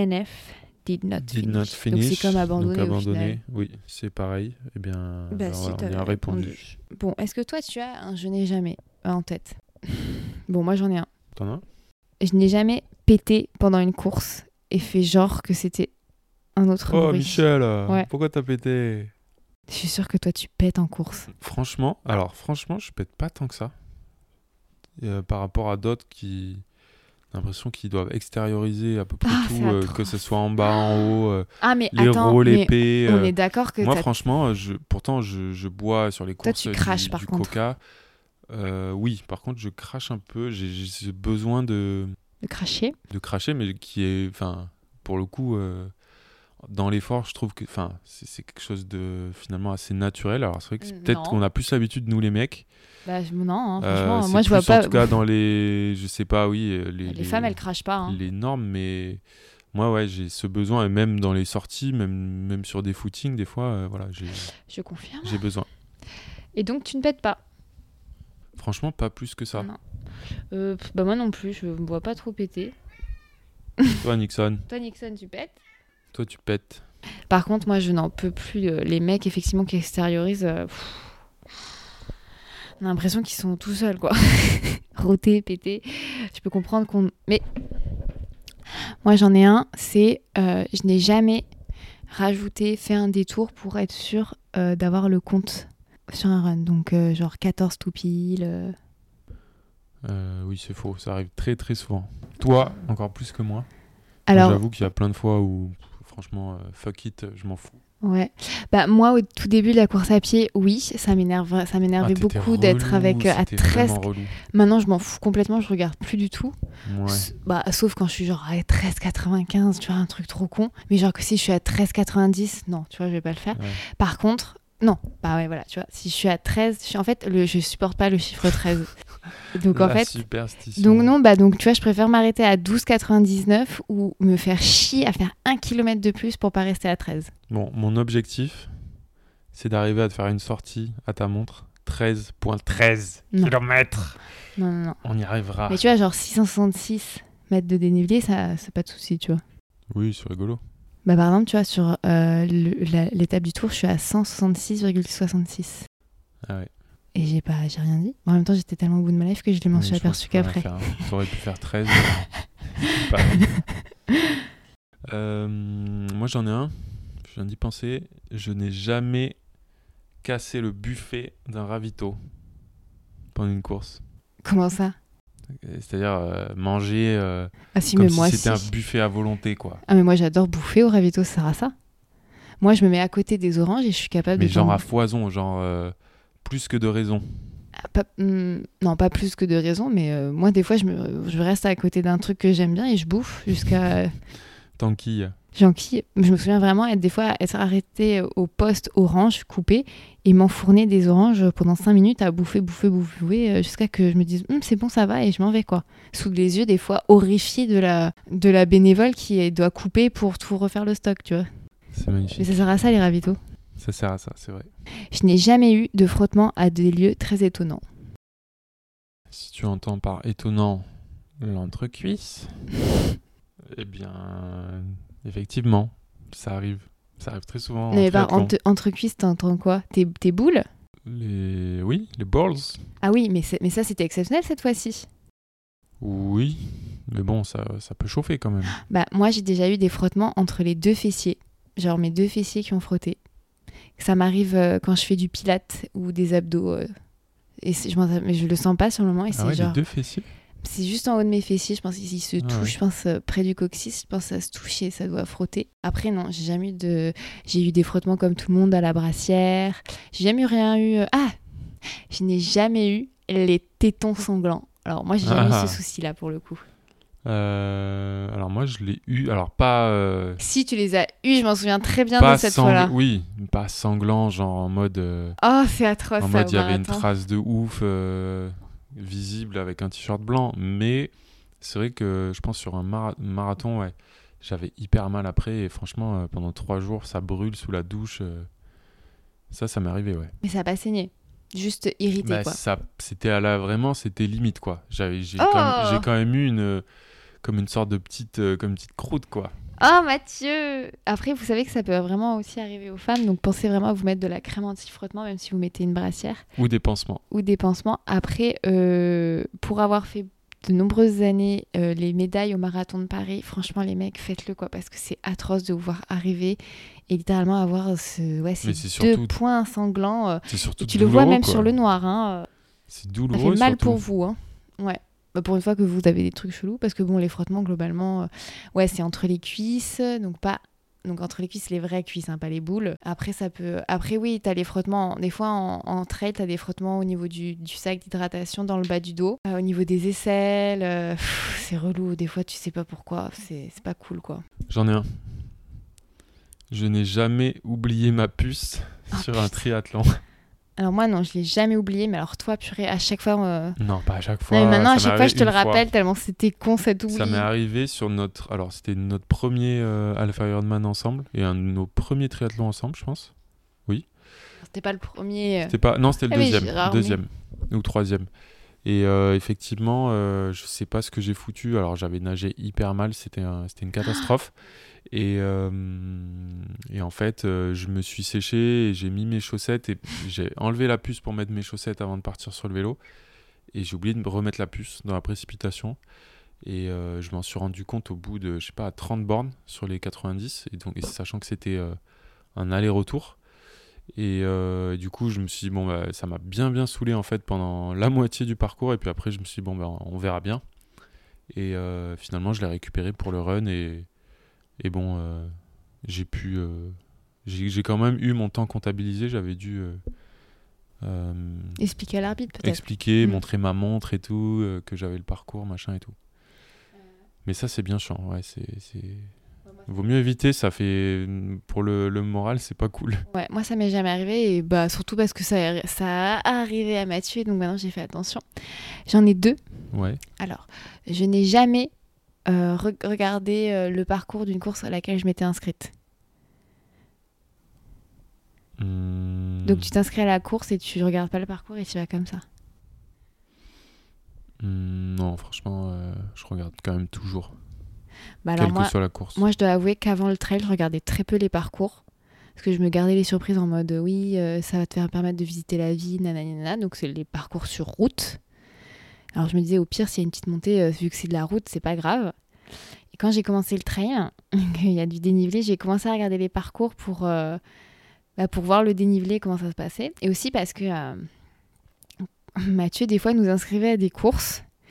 [SPEAKER 2] Did not finish. Donc c'est comme abandonné au final.
[SPEAKER 1] Oui, c'est pareil. Eh bien,
[SPEAKER 2] si,
[SPEAKER 1] on y a répondu.
[SPEAKER 2] Bon, est-ce que toi tu as un je n'ai jamais en tête? Bon, moi j'en ai un.
[SPEAKER 1] T'en as un?
[SPEAKER 2] Je n'ai jamais pété pendant une course et fait genre que c'était un autre bruit.
[SPEAKER 1] Oh Michel,
[SPEAKER 2] ouais.
[SPEAKER 1] Pourquoi t'as pété?
[SPEAKER 2] Je suis sûre que toi tu pètes en course.
[SPEAKER 1] Franchement, je pète pas tant que ça. Par rapport à d'autres qui... J'ai l'impression qu'ils doivent extérioriser à peu près tout, que ce soit en bas, en haut, les rôles épais.
[SPEAKER 2] On est d'accord que
[SPEAKER 1] moi, franchement, pourtant, je bois sur les courses.
[SPEAKER 2] Toi, tu craches, par contre.
[SPEAKER 1] Coca. Oui, par contre, je crache un peu. J'ai ce besoin de
[SPEAKER 2] cracher.
[SPEAKER 1] De cracher, mais qui est, pour le coup, dans l'effort, je trouve que, c'est quelque chose de finalement assez naturel. Alors, c'est vrai que peut-être qu'on a plus l'habitude, nous les mecs.
[SPEAKER 2] Bah, non, franchement, moi je vois pas.
[SPEAKER 1] En tout cas, dans les. Je sais pas, oui.
[SPEAKER 2] Les femmes, elles crachent pas. Hein.
[SPEAKER 1] Les normes, mais moi, ouais, j'ai ce besoin, et même dans les sorties, même sur des footings, des fois, voilà.
[SPEAKER 2] Je confirme.
[SPEAKER 1] J'ai besoin. Et
[SPEAKER 2] donc, tu ne pètes pas?
[SPEAKER 1] Franchement, pas plus que ça.
[SPEAKER 2] Non. Bah, moi non plus, je me vois pas trop péter.
[SPEAKER 1] Toi, Nixon,
[SPEAKER 2] tu pètes?
[SPEAKER 1] Toi, tu pètes.
[SPEAKER 2] Par contre, moi, je n'en peux plus. Les mecs, effectivement, qui extériorisent. On a l'impression qu'ils sont tout seuls, quoi. Rotés, pétés. Je peux comprendre qu'on... Mais moi, j'en ai un, c'est... je n'ai jamais fait un détour pour être sûr d'avoir le compte sur un run. Donc, genre 14 tout pile.
[SPEAKER 1] Oui, c'est faux. Ça arrive très, très souvent. Toi, encore plus que moi.
[SPEAKER 2] Alors,
[SPEAKER 1] j'avoue qu'il y a plein de fois où, franchement, fuck it, je m'en fous.
[SPEAKER 2] Ouais. Bah, moi, au tout début de la course à pied, oui, ça m'énervait beaucoup d'être avec à 13. Maintenant, je m'en fous complètement, je regarde plus du tout.
[SPEAKER 1] Ouais.
[SPEAKER 2] Sauf quand je suis genre à 13,95, tu vois, un truc trop con. Mais genre que si je suis à 13,90, non, tu vois, je vais pas le faire.
[SPEAKER 1] Ouais.
[SPEAKER 2] Par contre, non, bah ouais, voilà, tu vois, si je suis à 13, je supporte pas le chiffre 13. Donc en fait,
[SPEAKER 1] superstition.
[SPEAKER 2] donc non, donc tu vois, je préfère m'arrêter à 12,99 ou me faire chier à faire 1 km de plus pour pas rester à 13.
[SPEAKER 1] Bon, mon objectif, c'est d'arriver à te faire une sortie à ta montre 13,13 km.
[SPEAKER 2] Non.
[SPEAKER 1] On y arrivera.
[SPEAKER 2] Mais tu vois, genre 666 mètres de dénivelé, ça, c'est pas de souci, tu vois.
[SPEAKER 1] Oui, c'est rigolo.
[SPEAKER 2] Bah par exemple, tu vois, sur l'étape du Tour, je suis à 166,66.
[SPEAKER 1] Ah ouais.
[SPEAKER 2] Et j'ai rien dit. En même temps, j'étais tellement au bout de ma life que je m'en suis aperçu qu'après.
[SPEAKER 1] T'aurais pu faire 13. Moi, j'en ai un. Je viens d'y penser. Je n'ai jamais cassé le buffet d'un ravito pendant une course.
[SPEAKER 2] Comment ça?
[SPEAKER 1] C'est-à-dire manger
[SPEAKER 2] Ah si,
[SPEAKER 1] comme
[SPEAKER 2] mais
[SPEAKER 1] si
[SPEAKER 2] moi
[SPEAKER 1] c'était
[SPEAKER 2] si.
[SPEAKER 1] un buffet à volonté, quoi.
[SPEAKER 2] Ah mais moi j'adore bouffer au ravito, ça sert à ça. Moi je me mets à côté des oranges et je suis capable
[SPEAKER 1] Mais
[SPEAKER 2] de
[SPEAKER 1] genre
[SPEAKER 2] t'en...
[SPEAKER 1] à foison, genre plus que de raison.
[SPEAKER 2] Non, pas plus que de raison, mais moi des fois je reste à côté d'un truc que j'aime bien et je bouffe jusqu'à...
[SPEAKER 1] Tanquille.
[SPEAKER 2] J'enquille. Je me souviens vraiment des fois être arrêtée au poste orange coupé et m'enfourner des oranges pendant 5 minutes à bouffer, jusqu'à que je me dise c'est bon, ça va, et je m'en vais, quoi. Sous les yeux des fois horrifiés de la bénévole qui doit couper pour tout refaire le stock, tu vois.
[SPEAKER 1] C'est
[SPEAKER 2] Mais
[SPEAKER 1] magnifique.
[SPEAKER 2] ça sert à ça, les ravitaux.
[SPEAKER 1] Ça sert à ça, c'est vrai.
[SPEAKER 2] Je n'ai jamais eu de frottement à des lieux très étonnants.
[SPEAKER 1] Si tu entends par étonnant l'entrecuisse, eh bien, effectivement, ça arrive. Ça arrive très souvent en
[SPEAKER 2] Mais par
[SPEAKER 1] triathlon.
[SPEAKER 2] entre cuisses, t'entends quoi? Tes boules?
[SPEAKER 1] Oui, les balls.
[SPEAKER 2] Ah oui, mais ça c'était exceptionnel cette fois-ci.
[SPEAKER 1] Oui, mais bon, ça peut chauffer quand même.
[SPEAKER 2] Bah moi j'ai déjà eu des frottements entre les deux fessiers. Genre mes deux fessiers qui ont frotté. Ça m'arrive quand je fais du pilate ou des abdos. Mais je le sens pas sur le moment. Et
[SPEAKER 1] Ah
[SPEAKER 2] c'est
[SPEAKER 1] ouais,
[SPEAKER 2] genre...
[SPEAKER 1] les deux fessiers.
[SPEAKER 2] C'est juste en haut de mes fessiers. Je pense qu'ils se touchent.
[SPEAKER 1] ouais.
[SPEAKER 2] Je pense près du coccyx. Je pense que ça se touche et ça doit frotter. Après non, j'ai jamais eu de... J'ai eu des frottements comme tout le monde à la brassière. J'ai jamais eu rien eu... Ah, je n'ai jamais eu les tétons sanglants. Alors moi j'ai jamais eu ce souci-là pour le coup.
[SPEAKER 1] Alors moi je l'ai eu, alors pas
[SPEAKER 2] Si tu les as eus, je m'en souviens très bien
[SPEAKER 1] pas
[SPEAKER 2] de cette fois-là.
[SPEAKER 1] oui, pas sanglant, genre en mode
[SPEAKER 2] Oh, c'est atroce
[SPEAKER 1] en
[SPEAKER 2] ça
[SPEAKER 1] mode
[SPEAKER 2] au
[SPEAKER 1] il y avait une
[SPEAKER 2] marathon.
[SPEAKER 1] trace de ouf visible avec un t-shirt blanc, mais c'est vrai que je pense sur un marathon, ouais, j'avais hyper mal après et franchement pendant 3 jours ça brûle sous la douche, ça m'est arrivé, ouais.
[SPEAKER 2] Mais ça n'a pas saigné. Juste irrité,
[SPEAKER 1] Bah,
[SPEAKER 2] quoi.
[SPEAKER 1] ça c'était vraiment c'était limite, quoi. J'ai
[SPEAKER 2] Oh
[SPEAKER 1] quand même eu comme une sorte de comme une petite croûte, quoi.
[SPEAKER 2] Oh, Mathieu! Après, vous savez que ça peut vraiment aussi arriver aux femmes, donc pensez vraiment à vous mettre de la crème anti-frottement, même si vous mettez une brassière
[SPEAKER 1] Ou des pansements.
[SPEAKER 2] ou des pansements. Après, pour avoir fait de nombreuses années les médailles au marathon de Paris, franchement, les mecs, faites-le, quoi, parce que c'est atroce de vous voir arriver et littéralement avoir ces
[SPEAKER 1] Mais c'est
[SPEAKER 2] deux
[SPEAKER 1] surtout
[SPEAKER 2] points sanglants.
[SPEAKER 1] C'est surtout
[SPEAKER 2] Et tu le vois
[SPEAKER 1] douloureux,
[SPEAKER 2] même
[SPEAKER 1] quoi.
[SPEAKER 2] sur le noir, hein.
[SPEAKER 1] C'est
[SPEAKER 2] Ça
[SPEAKER 1] douloureux,
[SPEAKER 2] fait mal
[SPEAKER 1] surtout.
[SPEAKER 2] pour vous, hein. Ouais. Bah, pour une fois que vous avez des trucs chelous, parce que bon, les frottements, globalement, ouais, c'est entre les cuisses, donc entre les cuisses, les vraies cuisses, hein, pas les boules. Après, oui, t'as les frottements. Des fois, en trail, t'as des frottements au niveau du sac d'hydratation dans le bas du dos, au niveau des aisselles. C'est relou. Des fois, tu sais pas pourquoi. C'est pas cool, quoi.
[SPEAKER 1] J'en ai un. Je n'ai jamais oublié ma puce sur un triathlon.
[SPEAKER 2] Alors moi, non, je l'ai jamais oublié. Mais alors toi, purée, à chaque fois...
[SPEAKER 1] Non, pas à chaque fois.
[SPEAKER 2] Non, mais maintenant, à
[SPEAKER 1] ça m'est
[SPEAKER 2] chaque fois,
[SPEAKER 1] arrivé
[SPEAKER 2] je te le
[SPEAKER 1] une fois.
[SPEAKER 2] rappelle, tellement c'était con cet oubli.
[SPEAKER 1] Ça m'est arrivé sur notre... Alors, c'était notre premier Alpha Ironman ensemble. Et un de nos premiers triathlons ensemble, je pense.
[SPEAKER 2] C'était pas le premier...
[SPEAKER 1] C'était pas... Non, c'était le
[SPEAKER 2] Ah oui,
[SPEAKER 1] deuxième.
[SPEAKER 2] Gérard,
[SPEAKER 1] Deuxième. Ou troisième. Et effectivement, je sais pas ce que j'ai foutu. Alors, j'avais nagé hyper mal. C'était une catastrophe. Et en fait, je me suis séché et j'ai mis mes chaussettes et j'ai enlevé la puce pour mettre mes chaussettes avant de partir sur le vélo. Et j'ai oublié de me remettre la puce dans la précipitation. Et je m'en suis rendu compte au bout de, je sais pas, 30 bornes sur les 90. Et donc, sachant que c'était un aller-retour. Et du coup, je me suis dit, bon, bah, ça m'a bien saoulé en fait pendant la moitié du parcours. Et puis après, je me suis dit, bon, bah, on verra bien. Et finalement, je l'ai récupéré pour le run. Et bon, j'ai quand même eu mon temps comptabilisé. J'avais dû
[SPEAKER 2] Expliquer à l'arbitre, peut-être.
[SPEAKER 1] expliquer, montrer ma montre et tout, que j'avais le parcours, machin et tout. Mais ça, c'est bien chiant. Ouais, vaut mieux éviter. Ça fait pour le moral, c'est pas cool.
[SPEAKER 2] Ouais, moi ça m'est jamais arrivé et bah surtout parce que ça a arrivé à Mathieu et donc maintenant j'ai fait attention. J'en ai 2.
[SPEAKER 1] Ouais.
[SPEAKER 2] Alors, je n'ai jamais regardé le parcours d'une course à laquelle je m'étais inscrite. Donc tu t'inscris à la course et tu regardes pas le parcours et tu vas comme ça.
[SPEAKER 1] Non, franchement, je regarde quand même toujours.
[SPEAKER 2] Bah alors
[SPEAKER 1] Quelle que soit la course.
[SPEAKER 2] moi je dois avouer qu'avant le trail, je regardais très peu les parcours. Parce que je me gardais les surprises en mode oui, ça va te faire permettre de visiter la ville, nanana. Donc c'est les parcours sur route. Alors je me disais au pire, s'il y a une petite montée, vu que c'est de la route, c'est pas grave. Et quand j'ai commencé le trail, il y a du dénivelé, j'ai commencé à regarder les parcours pour voir le dénivelé, comment ça se passait. Et aussi parce que Mathieu, des fois, nous inscrivait à des courses.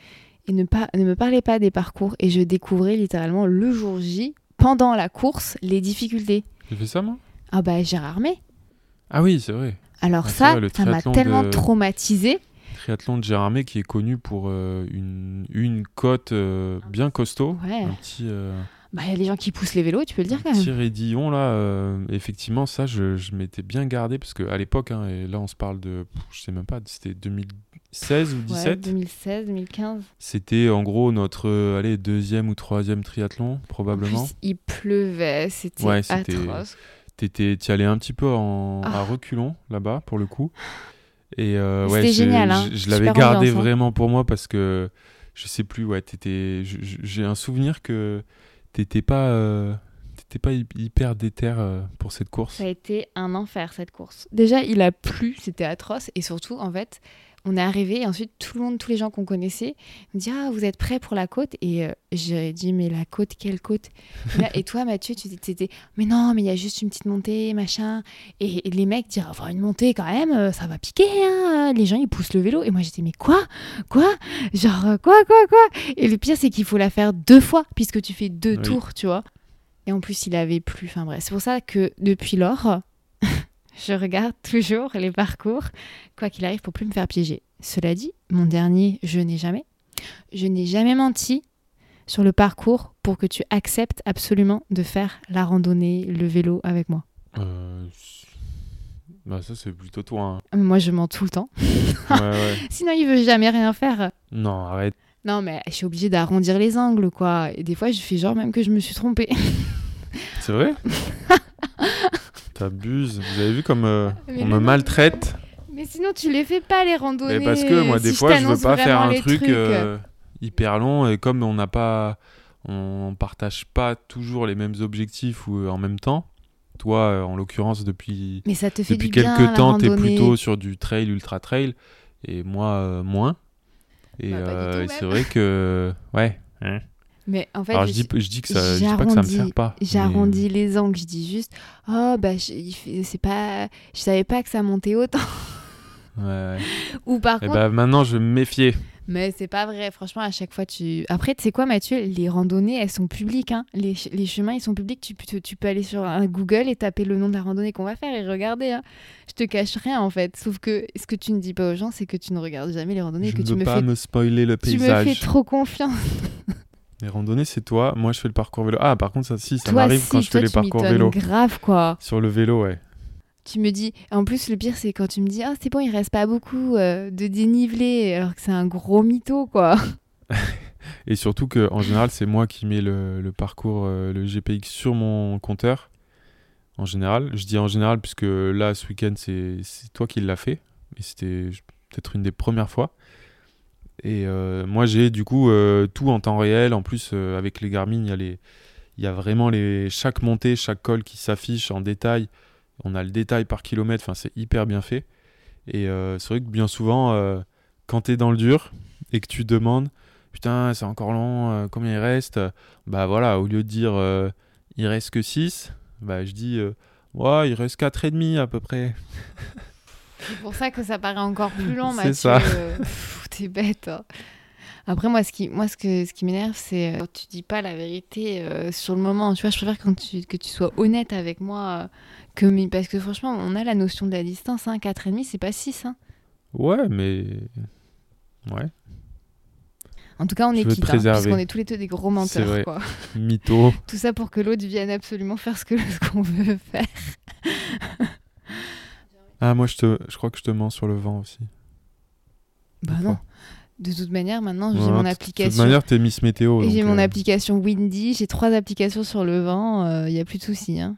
[SPEAKER 2] et ne me parlez pas des parcours. Et je découvrais littéralement le jour J, pendant la course, les difficultés.
[SPEAKER 1] J'ai fait ça, moi?
[SPEAKER 2] Ah bah Gérard May.
[SPEAKER 1] Ah oui, c'est vrai.
[SPEAKER 2] Alors
[SPEAKER 1] Ouais, c'est
[SPEAKER 2] ça,
[SPEAKER 1] vrai, le
[SPEAKER 2] ça m'a
[SPEAKER 1] triathlon
[SPEAKER 2] tellement
[SPEAKER 1] de-
[SPEAKER 2] traumatisée.
[SPEAKER 1] Triathlon de Gérard May qui est connu pour une côte bien costaud.
[SPEAKER 2] Ouais.
[SPEAKER 1] Un petit,
[SPEAKER 2] Bah il y a des gens qui poussent les vélos, tu peux le dire quand
[SPEAKER 1] petit
[SPEAKER 2] même.
[SPEAKER 1] raidillon là. Effectivement, ça, je m'étais bien gardé parce qu'à l'époque, hein, et là on se parle de, je sais même pas, c'était 2016 ou
[SPEAKER 2] Ouais,
[SPEAKER 1] 17.
[SPEAKER 2] 2016, 2015.
[SPEAKER 1] C'était en gros notre deuxième ou troisième triathlon,
[SPEAKER 2] En
[SPEAKER 1] probablement.
[SPEAKER 2] plus, il pleuvait, c'était
[SPEAKER 1] Ouais, c'était-
[SPEAKER 2] atroce.
[SPEAKER 1] T'y allais un petit peu à
[SPEAKER 2] Ah.
[SPEAKER 1] reculons là-bas pour le coup. Et
[SPEAKER 2] C'était
[SPEAKER 1] ouais,
[SPEAKER 2] génial, hein.
[SPEAKER 1] je l'avais
[SPEAKER 2] Super
[SPEAKER 1] gardé
[SPEAKER 2] ambiance, hein.
[SPEAKER 1] vraiment pour moi parce que je sais plus, ouais, j'ai un souvenir que t'étais pas hyper déter pour cette course.
[SPEAKER 2] Ça a été un enfer cette course. Déjà, il a plu, c'était atroce. Et surtout, en fait, on est arrivé et ensuite tous les gens qu'on connaissait me disaient ah vous êtes prêts pour la côte et j'ai dit mais la côte quelle côte et toi Mathieu tu t'étais mais non mais il y a juste une petite montée machin et les mecs disaient enfin une montée quand même ça va piquer hein. Les gens ils poussent le vélo et moi j'étais mais quoi genre quoi et le pire c'est qu'il faut la faire 2 fois puisque tu fais 2
[SPEAKER 1] Oui.
[SPEAKER 2] tours tu vois et en plus il avait plu enfin bref c'est pour ça que depuis lors je regarde toujours les parcours, quoi qu'il arrive, pour plus me faire piéger. Cela dit, mon dernier, je n'ai jamais menti sur le parcours pour que tu acceptes absolument de faire la randonnée, le vélo avec moi.
[SPEAKER 1] Bah ça c'est plutôt toi. Hein.
[SPEAKER 2] Mais moi, je mens tout le temps.
[SPEAKER 1] Ouais.
[SPEAKER 2] Sinon, il veut jamais rien faire.
[SPEAKER 1] Non, arrête.
[SPEAKER 2] Non, mais je suis obligée d'arrondir les angles, quoi. Et des fois, je fais genre même que je me suis trompée.
[SPEAKER 1] C'est vrai? T'abuses. Vous avez vu comme
[SPEAKER 2] Mais
[SPEAKER 1] on
[SPEAKER 2] non,
[SPEAKER 1] me maltraite?
[SPEAKER 2] Mais sinon, tu les fais pas, les randonnées.
[SPEAKER 1] Mais parce que moi, des
[SPEAKER 2] si
[SPEAKER 1] fois, je veux
[SPEAKER 2] t'annonce
[SPEAKER 1] pas faire
[SPEAKER 2] vraiment
[SPEAKER 1] un
[SPEAKER 2] les
[SPEAKER 1] truc
[SPEAKER 2] trucs.
[SPEAKER 1] hyper long et comme on partage pas toujours les mêmes objectifs ou en même temps. Toi, en l'occurrence, depuis
[SPEAKER 2] Mais ça te fait
[SPEAKER 1] depuis
[SPEAKER 2] du bien,
[SPEAKER 1] quelques
[SPEAKER 2] la
[SPEAKER 1] temps, t'es
[SPEAKER 2] randonnée.
[SPEAKER 1] plutôt sur du trail, ultra trail, et moi moins. Et
[SPEAKER 2] Bah, pas du tout,
[SPEAKER 1] et
[SPEAKER 2] même.
[SPEAKER 1] c'est vrai que ouais. Hein.
[SPEAKER 2] Mais en fait,
[SPEAKER 1] Alors je dis que ça, je dis pas que ça me sert pas.
[SPEAKER 2] j'arrondis les angles. Je dis juste, oh bah c'est pas, je savais pas que ça montait autant.
[SPEAKER 1] Ouais.
[SPEAKER 2] Ou par
[SPEAKER 1] Et
[SPEAKER 2] contre,
[SPEAKER 1] bah maintenant je vais me méfier.
[SPEAKER 2] mais c'est pas vrai. Franchement, à chaque fois tu. Après, tu sais quoi, Mathieu, les randonnées, elles sont publiques. Hein. Les chemins, ils sont publics. Tu peux aller sur un Google et taper le nom de la randonnée qu'on va faire et regarder. Hein. Je te cache rien en fait. Sauf que ce que tu ne dis pas aux gens, c'est que tu ne regardes jamais les randonnées et
[SPEAKER 1] Je
[SPEAKER 2] que
[SPEAKER 1] ne
[SPEAKER 2] tu
[SPEAKER 1] veux
[SPEAKER 2] me
[SPEAKER 1] pas
[SPEAKER 2] fais.
[SPEAKER 1] me spoiler le
[SPEAKER 2] Tu me
[SPEAKER 1] paysage.
[SPEAKER 2] fais trop confiance.
[SPEAKER 1] Les randonnées c'est toi, moi je fais le parcours vélo. Ah par contre ça si, ça
[SPEAKER 2] Toi,
[SPEAKER 1] m'arrive
[SPEAKER 2] si,
[SPEAKER 1] quand je fais
[SPEAKER 2] toi,
[SPEAKER 1] les
[SPEAKER 2] tu
[SPEAKER 1] parcours
[SPEAKER 2] m'étonnes
[SPEAKER 1] vélo.
[SPEAKER 2] grave quoi.
[SPEAKER 1] Sur le vélo ouais.
[SPEAKER 2] Tu me dis, en plus le pire c'est quand tu me dis, ah c'est bon, il reste pas beaucoup de dénivelé, alors que c'est un gros mytho quoi.
[SPEAKER 1] Et surtout que en général c'est moi qui mets le parcours, le GPX sur mon compteur. En général, je dis en général puisque là ce week-end c'est toi qui l'as fait. Et c'était peut-être une des premières fois. Et moi j'ai du coup tout en temps réel. En plus avec les Garmin il y a vraiment chaque montée, chaque col qui s'affiche en détail. On a le détail par kilomètre, enfin c'est hyper bien fait. Et c'est vrai que bien souvent quand t'es dans le dur et que tu demandes putain c'est encore long, combien il reste, bah voilà, au lieu de dire il reste que 6, bah je dis ouais il reste 4,5 à peu près.
[SPEAKER 2] C'est pour ça que ça paraît encore plus long,
[SPEAKER 1] C'est
[SPEAKER 2] Mathieu.
[SPEAKER 1] ça.
[SPEAKER 2] Pff, t'es bête. Hein. Après, moi, ce qui m'énerve, c'est quand tu dis pas la vérité sur le moment. Tu vois, je préfère que tu sois honnête avec moi. Parce que franchement, on a la notion de la distance. Hein. 4,5, c'est pas 6. Hein.
[SPEAKER 1] Ouais mais ouais,
[SPEAKER 2] En tout cas, on
[SPEAKER 1] Je
[SPEAKER 2] est
[SPEAKER 1] veux te
[SPEAKER 2] quitte. Hein,
[SPEAKER 1] préserver.
[SPEAKER 2] puisqu'on est tous les deux des gros
[SPEAKER 1] C'est vrai.
[SPEAKER 2] menteurs. Quoi.
[SPEAKER 1] mytho.
[SPEAKER 2] Tout ça pour que l'autre vienne absolument faire ce qu'on veut faire.
[SPEAKER 1] Ah moi je crois que je te mens sur le vent aussi.
[SPEAKER 2] Bah
[SPEAKER 1] Des
[SPEAKER 2] non.
[SPEAKER 1] fois.
[SPEAKER 2] De toute manière, maintenant, j'ai
[SPEAKER 1] Ouais,
[SPEAKER 2] mon
[SPEAKER 1] de toute
[SPEAKER 2] application.
[SPEAKER 1] manière t'es Miss Météo.
[SPEAKER 2] Et
[SPEAKER 1] donc,
[SPEAKER 2] j'ai mon application Windy, j'ai 3 applications sur le vent, il n'y a plus de soucis. Hein.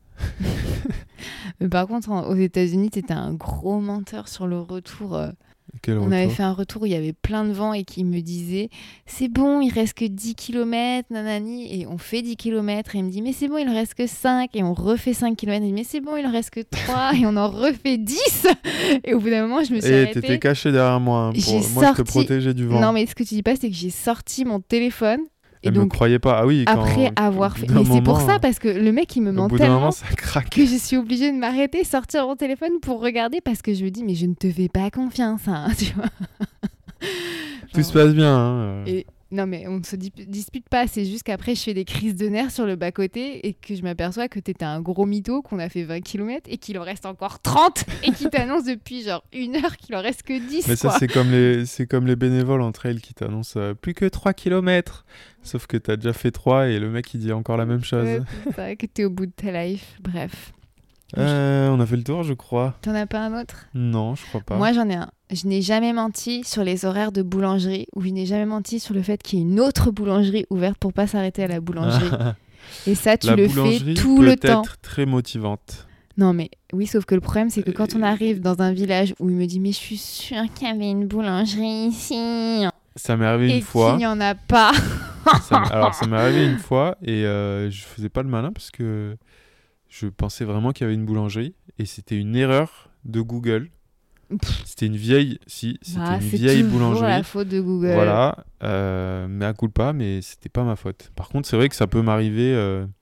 [SPEAKER 2] Mais par contre, aux États-Unis, t'étais un gros menteur sur le retour.
[SPEAKER 1] Quel
[SPEAKER 2] On avait
[SPEAKER 1] retour.
[SPEAKER 2] fait un retour où il y avait plein de vent et qui me disait c'est bon, il reste que 10 km, nanani. Et on fait 10 km et il me dit mais c'est bon, il en reste que 5. Et on refait 5 km. Il dit mais c'est bon, il en reste que 3. Et on en refait 10. Et au bout d'un moment, je me suis
[SPEAKER 1] Et
[SPEAKER 2] arrêtée.
[SPEAKER 1] t'étais caché derrière moi. Hein,
[SPEAKER 2] J'ai
[SPEAKER 1] moi je te
[SPEAKER 2] sorti-
[SPEAKER 1] protégeais du vent.
[SPEAKER 2] Non, mais ce que tu dis pas, c'est que j'ai sorti mon téléphone. Et
[SPEAKER 1] Elle
[SPEAKER 2] donc,
[SPEAKER 1] me croyait pas. Ah oui.
[SPEAKER 2] après
[SPEAKER 1] quand,
[SPEAKER 2] avoir
[SPEAKER 1] au
[SPEAKER 2] fait.
[SPEAKER 1] bout d'un
[SPEAKER 2] Mais c'est pour
[SPEAKER 1] moment,
[SPEAKER 2] ça, parce que le mec, il me
[SPEAKER 1] Au
[SPEAKER 2] ment
[SPEAKER 1] bout d'un
[SPEAKER 2] tellement
[SPEAKER 1] moment ça craque.
[SPEAKER 2] que je suis obligée de m'arrêter, sortir mon téléphone pour regarder parce que je me dis, mais je ne te fais pas confiance, hein, tu vois.
[SPEAKER 1] Tout se passe bien. Hein.
[SPEAKER 2] Et non, mais on ne se dispute pas. C'est juste qu'après, je fais des crises de nerfs sur le bas-côté et que je m'aperçois que t'étais un gros mytho, qu'on a fait 20 km et qu'il en reste encore 30 et qu'il t'annonce depuis genre 1 heure qu'il en reste que 10.
[SPEAKER 1] Mais ça,
[SPEAKER 2] quoi.
[SPEAKER 1] c'est comme les bénévoles en trail qui t'annoncent plus que 3 km. Sauf que t'as déjà fait 3 et le mec il dit encore la même chose.
[SPEAKER 2] Ouais, c'est ça, que t'es au bout de ta life. Bref.
[SPEAKER 1] On a fait le tour, je crois.
[SPEAKER 2] T'en as pas un autre ?
[SPEAKER 1] Non, je crois pas.
[SPEAKER 2] Moi, j'en ai un. Je n'ai jamais menti sur les horaires de boulangerie ou je n'ai jamais menti sur le fait qu'il y ait une autre boulangerie ouverte pour pas s'arrêter à la boulangerie. Et ça, tu le fais tout le temps.
[SPEAKER 1] Peut être très motivante.
[SPEAKER 2] Non, mais oui, sauf que le problème, c'est que quand on arrive dans un village où il me dit « Mais je suis sûre qu'il y avait une boulangerie ici !»
[SPEAKER 1] Ça m'est arrivé
[SPEAKER 2] et
[SPEAKER 1] une fois.
[SPEAKER 2] qu'il n'y en a pas.
[SPEAKER 1] Alors, ça m'est arrivé une fois et je faisais pas le malin parce que je pensais vraiment qu'il y avait une boulangerie et c'était une erreur de Google. C'était une vieille, vieille boulangerie.
[SPEAKER 2] C'est la faute de Google.
[SPEAKER 1] Voilà, mais à culpa, mais c'était pas ma faute. Par contre, c'est vrai que ça peut m'arriver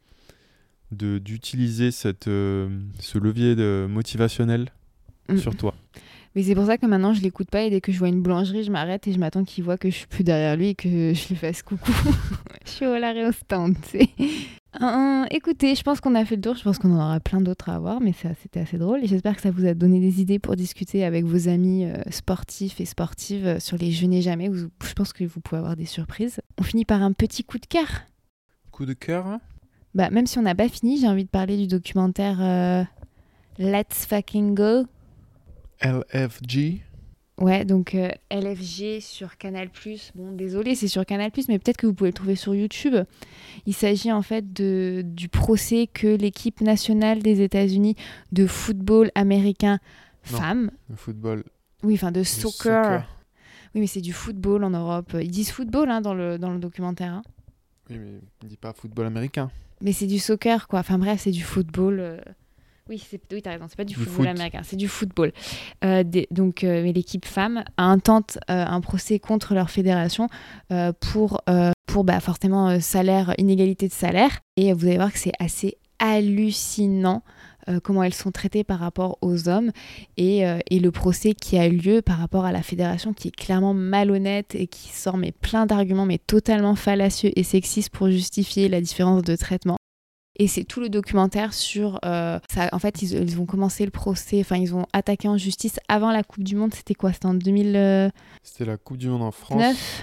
[SPEAKER 1] d'utiliser ce levier motivationnel sur toi.
[SPEAKER 2] Mais c'est pour ça que maintenant je l'écoute pas et dès que je vois une boulangerie, je m'arrête et je m'attends qu'il voit que je suis plus derrière lui et que je lui fasse coucou. Je suis au l'arrêt au stand, tu sais. Écoutez, je pense qu'on a fait le tour, je pense qu'on en aura plein d'autres à voir, mais c'était assez drôle et j'espère que ça vous a donné des idées pour discuter avec vos amis sportifs et sportives sur les Je n'ai jamais. Je pense que vous pouvez avoir des surprises. On finit par un petit coup de cœur.
[SPEAKER 1] Coup de cœur, hein ?
[SPEAKER 2] Bah, même si on n'a pas fini, j'ai envie de parler du documentaire Let's Fucking Go.
[SPEAKER 1] LFG.
[SPEAKER 2] Ouais, donc LFG sur Canal+. Bon, désolé, c'est sur Canal+, mais peut-être que vous pouvez le trouver sur YouTube. Il s'agit en fait du procès que l'équipe nationale des États-Unis de football américain femmes.
[SPEAKER 1] Le football.
[SPEAKER 2] Oui, enfin de soccer. Oui, mais c'est du football en Europe. Ils disent football dans le documentaire. Hein.
[SPEAKER 1] Oui, mais on dit pas football américain.
[SPEAKER 2] Mais c'est du soccer, quoi. Enfin bref, c'est du football. Oui, t'as raison, c'est pas du football américain, c'est du football. Donc, l'équipe femme intente un procès contre leur fédération pour forcément inégalité de salaire. Et vous allez voir que c'est assez hallucinant comment elles sont traitées par rapport aux hommes et le procès qui a lieu par rapport à la fédération qui est clairement malhonnête et qui sort plein d'arguments mais totalement fallacieux et sexistes pour justifier la différence de traitement. Et c'est tout le documentaire sur ça. En fait, ils vont commencer le procès. Enfin, ils ont attaqué en justice avant la Coupe du Monde. C'était quoi ? C'était en 2000.
[SPEAKER 1] C'était la Coupe du Monde en France.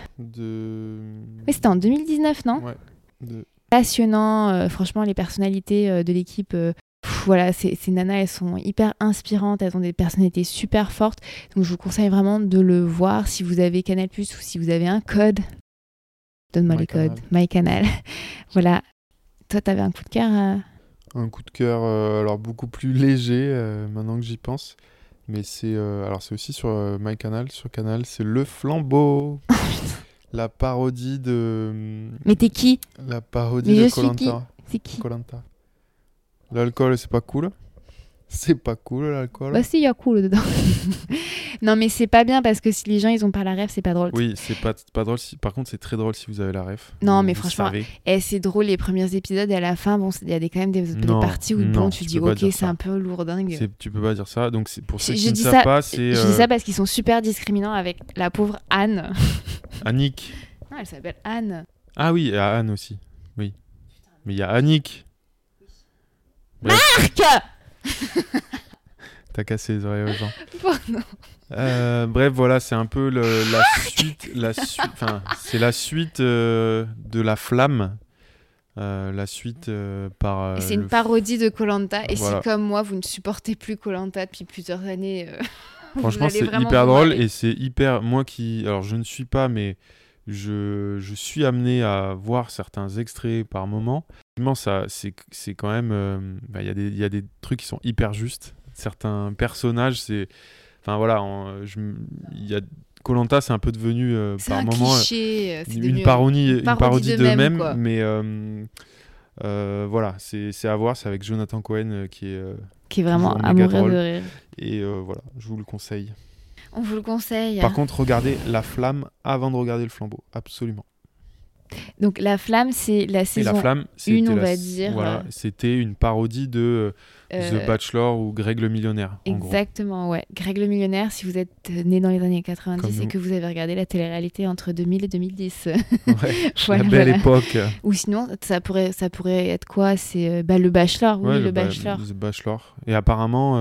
[SPEAKER 2] Oui, c'était en 2019, non ?
[SPEAKER 1] Ouais.
[SPEAKER 2] Passionnant. Franchement, les personnalités de l'équipe. Voilà, ces nanas, elles sont hyper inspirantes. Elles ont des personnalités super fortes. Donc, je vous conseille vraiment de le voir si vous avez Canal+ ou si vous avez un code. Donne-moi les codes. MyCanal. Voilà. Toi, t'avais un coup de cœur
[SPEAKER 1] Un coup de cœur, alors beaucoup plus léger maintenant que j'y pense. Mais c'est aussi sur MyCanal, sur Canal, c'est Le Flambeau. La parodie de...
[SPEAKER 2] Mais t'es qui ?
[SPEAKER 1] La parodie de Koh-Lanta.
[SPEAKER 2] C'est qui ?
[SPEAKER 1] Koh-Lanta. L'alcool, c'est pas cool ? C'est pas cool l'alcool ?
[SPEAKER 2] Bah si, il y a cool dedans. Non mais c'est pas bien parce que si les gens ils ont pas la ref, c'est pas drôle.
[SPEAKER 1] Oui, c'est pas drôle. Par contre, c'est très drôle si vous avez la ref.
[SPEAKER 2] Non mais franchement, c'est drôle les premiers épisodes et à la fin, bon, il y a quand même des parties où bon, tu dis ok, c'est un peu lourdingue.
[SPEAKER 1] Tu peux pas dire ça. Donc c'est pour ceux qui
[SPEAKER 2] ne
[SPEAKER 1] savent pas, c'est...
[SPEAKER 2] Je dis ça parce qu'ils sont super discriminants avec la pauvre Anne.
[SPEAKER 1] Annick.
[SPEAKER 2] Non, elle s'appelle Anne.
[SPEAKER 1] Ah oui, et Anne aussi. Oui. Mais il y a Annick.
[SPEAKER 2] Marc.
[SPEAKER 1] T'as cassé les oreilles aux gens.
[SPEAKER 2] Bon, non.
[SPEAKER 1] Bref, voilà, c'est un peu c'est la suite de La Flamme. La suite par...
[SPEAKER 2] c'est une parodie de Koh-Lanta. Et
[SPEAKER 1] voilà.
[SPEAKER 2] si, comme moi, vous ne supportez plus Koh-Lanta depuis plusieurs années...
[SPEAKER 1] Franchement, c'est hyper drôle et c'est hyper... Moi qui... Alors, je ne suis pas, mais je suis amené à voir certains extraits par moment. C'est quand même... Il y a des trucs qui sont hyper justes. Certains personnages, c'est... Enfin, voilà, Koh-Lanta, c'est un peu devenu par moment une parodie d'eux-mêmes. Mais voilà, c'est à voir. C'est avec Jonathan Cohen qui est
[SPEAKER 2] vraiment à mourir de rire.
[SPEAKER 1] Et voilà, je vous le conseille.
[SPEAKER 2] On vous le conseille.
[SPEAKER 1] Par contre, regardez La Flamme avant de regarder Le Flambeau, absolument.
[SPEAKER 2] Donc La Flamme, c'est la
[SPEAKER 1] Et
[SPEAKER 2] saison
[SPEAKER 1] La Flamme,
[SPEAKER 2] 1, on va dire.
[SPEAKER 1] Voilà, c'était une parodie de The Bachelor ou Greg le Millionnaire.
[SPEAKER 2] Exactement, ouais. Greg le Millionnaire, si vous êtes né dans les années 90 et que vous avez regardé la télé-réalité entre 2000 et 2010.
[SPEAKER 1] Ouais,
[SPEAKER 2] voilà,
[SPEAKER 1] la belle époque.
[SPEAKER 2] Ou sinon, ça pourrait être quoi? C'est le Bachelor, oui, le Bachelor.
[SPEAKER 1] The Bachelor. Et apparemment,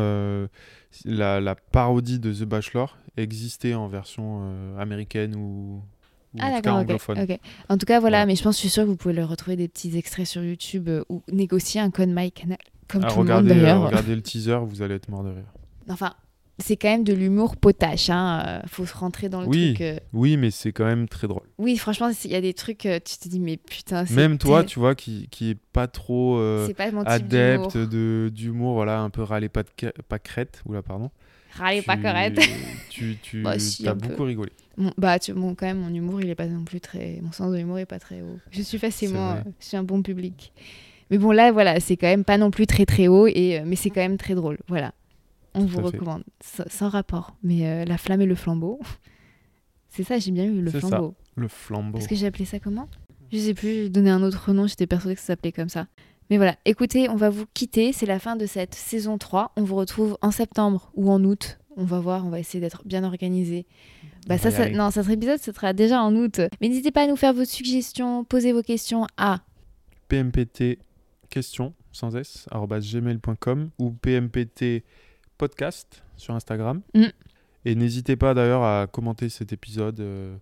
[SPEAKER 1] la parodie de The Bachelor existait en version américaine ou en tout cas anglophone.
[SPEAKER 2] Okay. En tout cas, voilà, mais je suis sûre que vous pouvez le retrouver des petits extraits sur YouTube ou négocier un code MyCanal, comme tout le monde d'ailleurs.
[SPEAKER 1] Regardez le teaser, vous allez être mort de rire.
[SPEAKER 2] Enfin, c'est quand même de l'humour potache, hein. Faut se rentrer dans le truc.
[SPEAKER 1] Oui, mais c'est quand même très drôle.
[SPEAKER 2] Oui, franchement, il y a des trucs, tu te dis, mais putain, c'est...
[SPEAKER 1] Même toi, tu vois, qui est pas trop
[SPEAKER 2] c'est pas mon type
[SPEAKER 1] adepte d'humour, voilà, un peu râler pas crête, pardon.
[SPEAKER 2] Râler pas correct.
[SPEAKER 1] Tu
[SPEAKER 2] si,
[SPEAKER 1] as beaucoup rigolé.
[SPEAKER 2] Quand même, mon humour, il est pas non plus très... Mon sens de l'humour est pas très haut. Je suis facilement... je suis un bon public. Mais bon, là, voilà, c'est quand même pas non plus très très haut, mais c'est quand même très drôle, voilà. On vous recommande, sans rapport. Mais La Flamme et le Flambeau, c'est ça, j'ai bien eu le flambeau.
[SPEAKER 1] Ça, le flambeau.
[SPEAKER 2] Est-ce que j'ai appelé ça comment? Je sais plus, j'ai donné un autre nom, j'étais persuadée que ça s'appelait comme ça. Mais voilà, écoutez, on va vous quitter, c'est la fin de cette saison 3. On vous retrouve en septembre ou en août. On va voir, on va essayer d'être bien organisé. Cet épisode, ce sera déjà en août. Mais n'hésitez pas à nous faire vos suggestions, poser vos questions à
[SPEAKER 1] pmpt-questions, sans s, @gmail.com ou pmpt-podcast sur Instagram. Et n'hésitez pas d'ailleurs à commenter cet épisode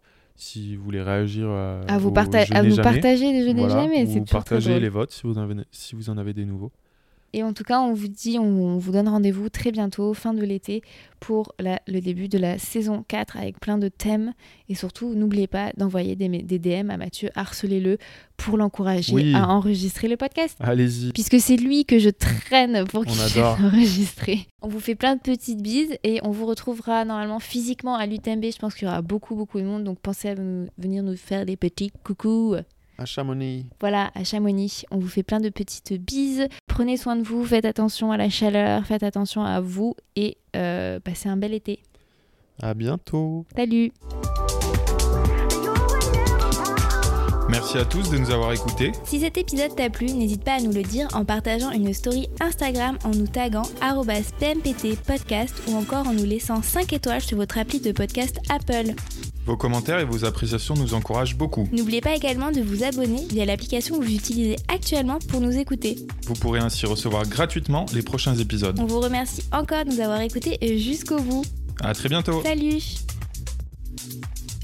[SPEAKER 1] si vous voulez réagir à nous partager
[SPEAKER 2] les Je n'ai jamais.
[SPEAKER 1] Ou partager les votes si vous en avez des nouveaux.
[SPEAKER 2] Et en tout cas, on vous dit, on vous donne rendez-vous très bientôt, fin de l'été, pour le début de la saison 4 avec plein de thèmes. Et surtout, n'oubliez pas d'envoyer des DM à Mathieu, harcelez-le pour l'encourager à enregistrer le podcast.
[SPEAKER 1] Allez-y.
[SPEAKER 2] Puisque c'est lui que je traîne pour qu'il
[SPEAKER 1] adore
[SPEAKER 2] enregistrer. On vous fait plein de petites bises et on vous retrouvera normalement physiquement à l'UTMB. Je pense qu'il y aura beaucoup de monde, donc pensez à venir nous faire des petits coucous.
[SPEAKER 1] À Chamonix.
[SPEAKER 2] Voilà, à Chamonix. On vous fait plein de petites bises. Prenez soin de vous, faites attention à la chaleur, faites attention à vous et passez un bel été.
[SPEAKER 1] À bientôt.
[SPEAKER 2] Salut.
[SPEAKER 3] Merci à tous de nous avoir écoutés.
[SPEAKER 2] Si cet épisode t'a plu, n'hésite pas à nous le dire en partageant une story Instagram en nous taguant @pmpt-podcast ou encore en nous laissant 5 étoiles sur votre appli de podcast Apple.
[SPEAKER 3] Vos commentaires et vos appréciations nous encouragent beaucoup.
[SPEAKER 2] N'oubliez pas également de vous abonner via l'application que vous utilisez actuellement pour nous écouter.
[SPEAKER 3] Vous pourrez ainsi recevoir gratuitement les prochains épisodes.
[SPEAKER 2] On vous remercie encore de nous avoir écoutés jusqu'au bout.
[SPEAKER 3] À très bientôt.
[SPEAKER 2] Salut.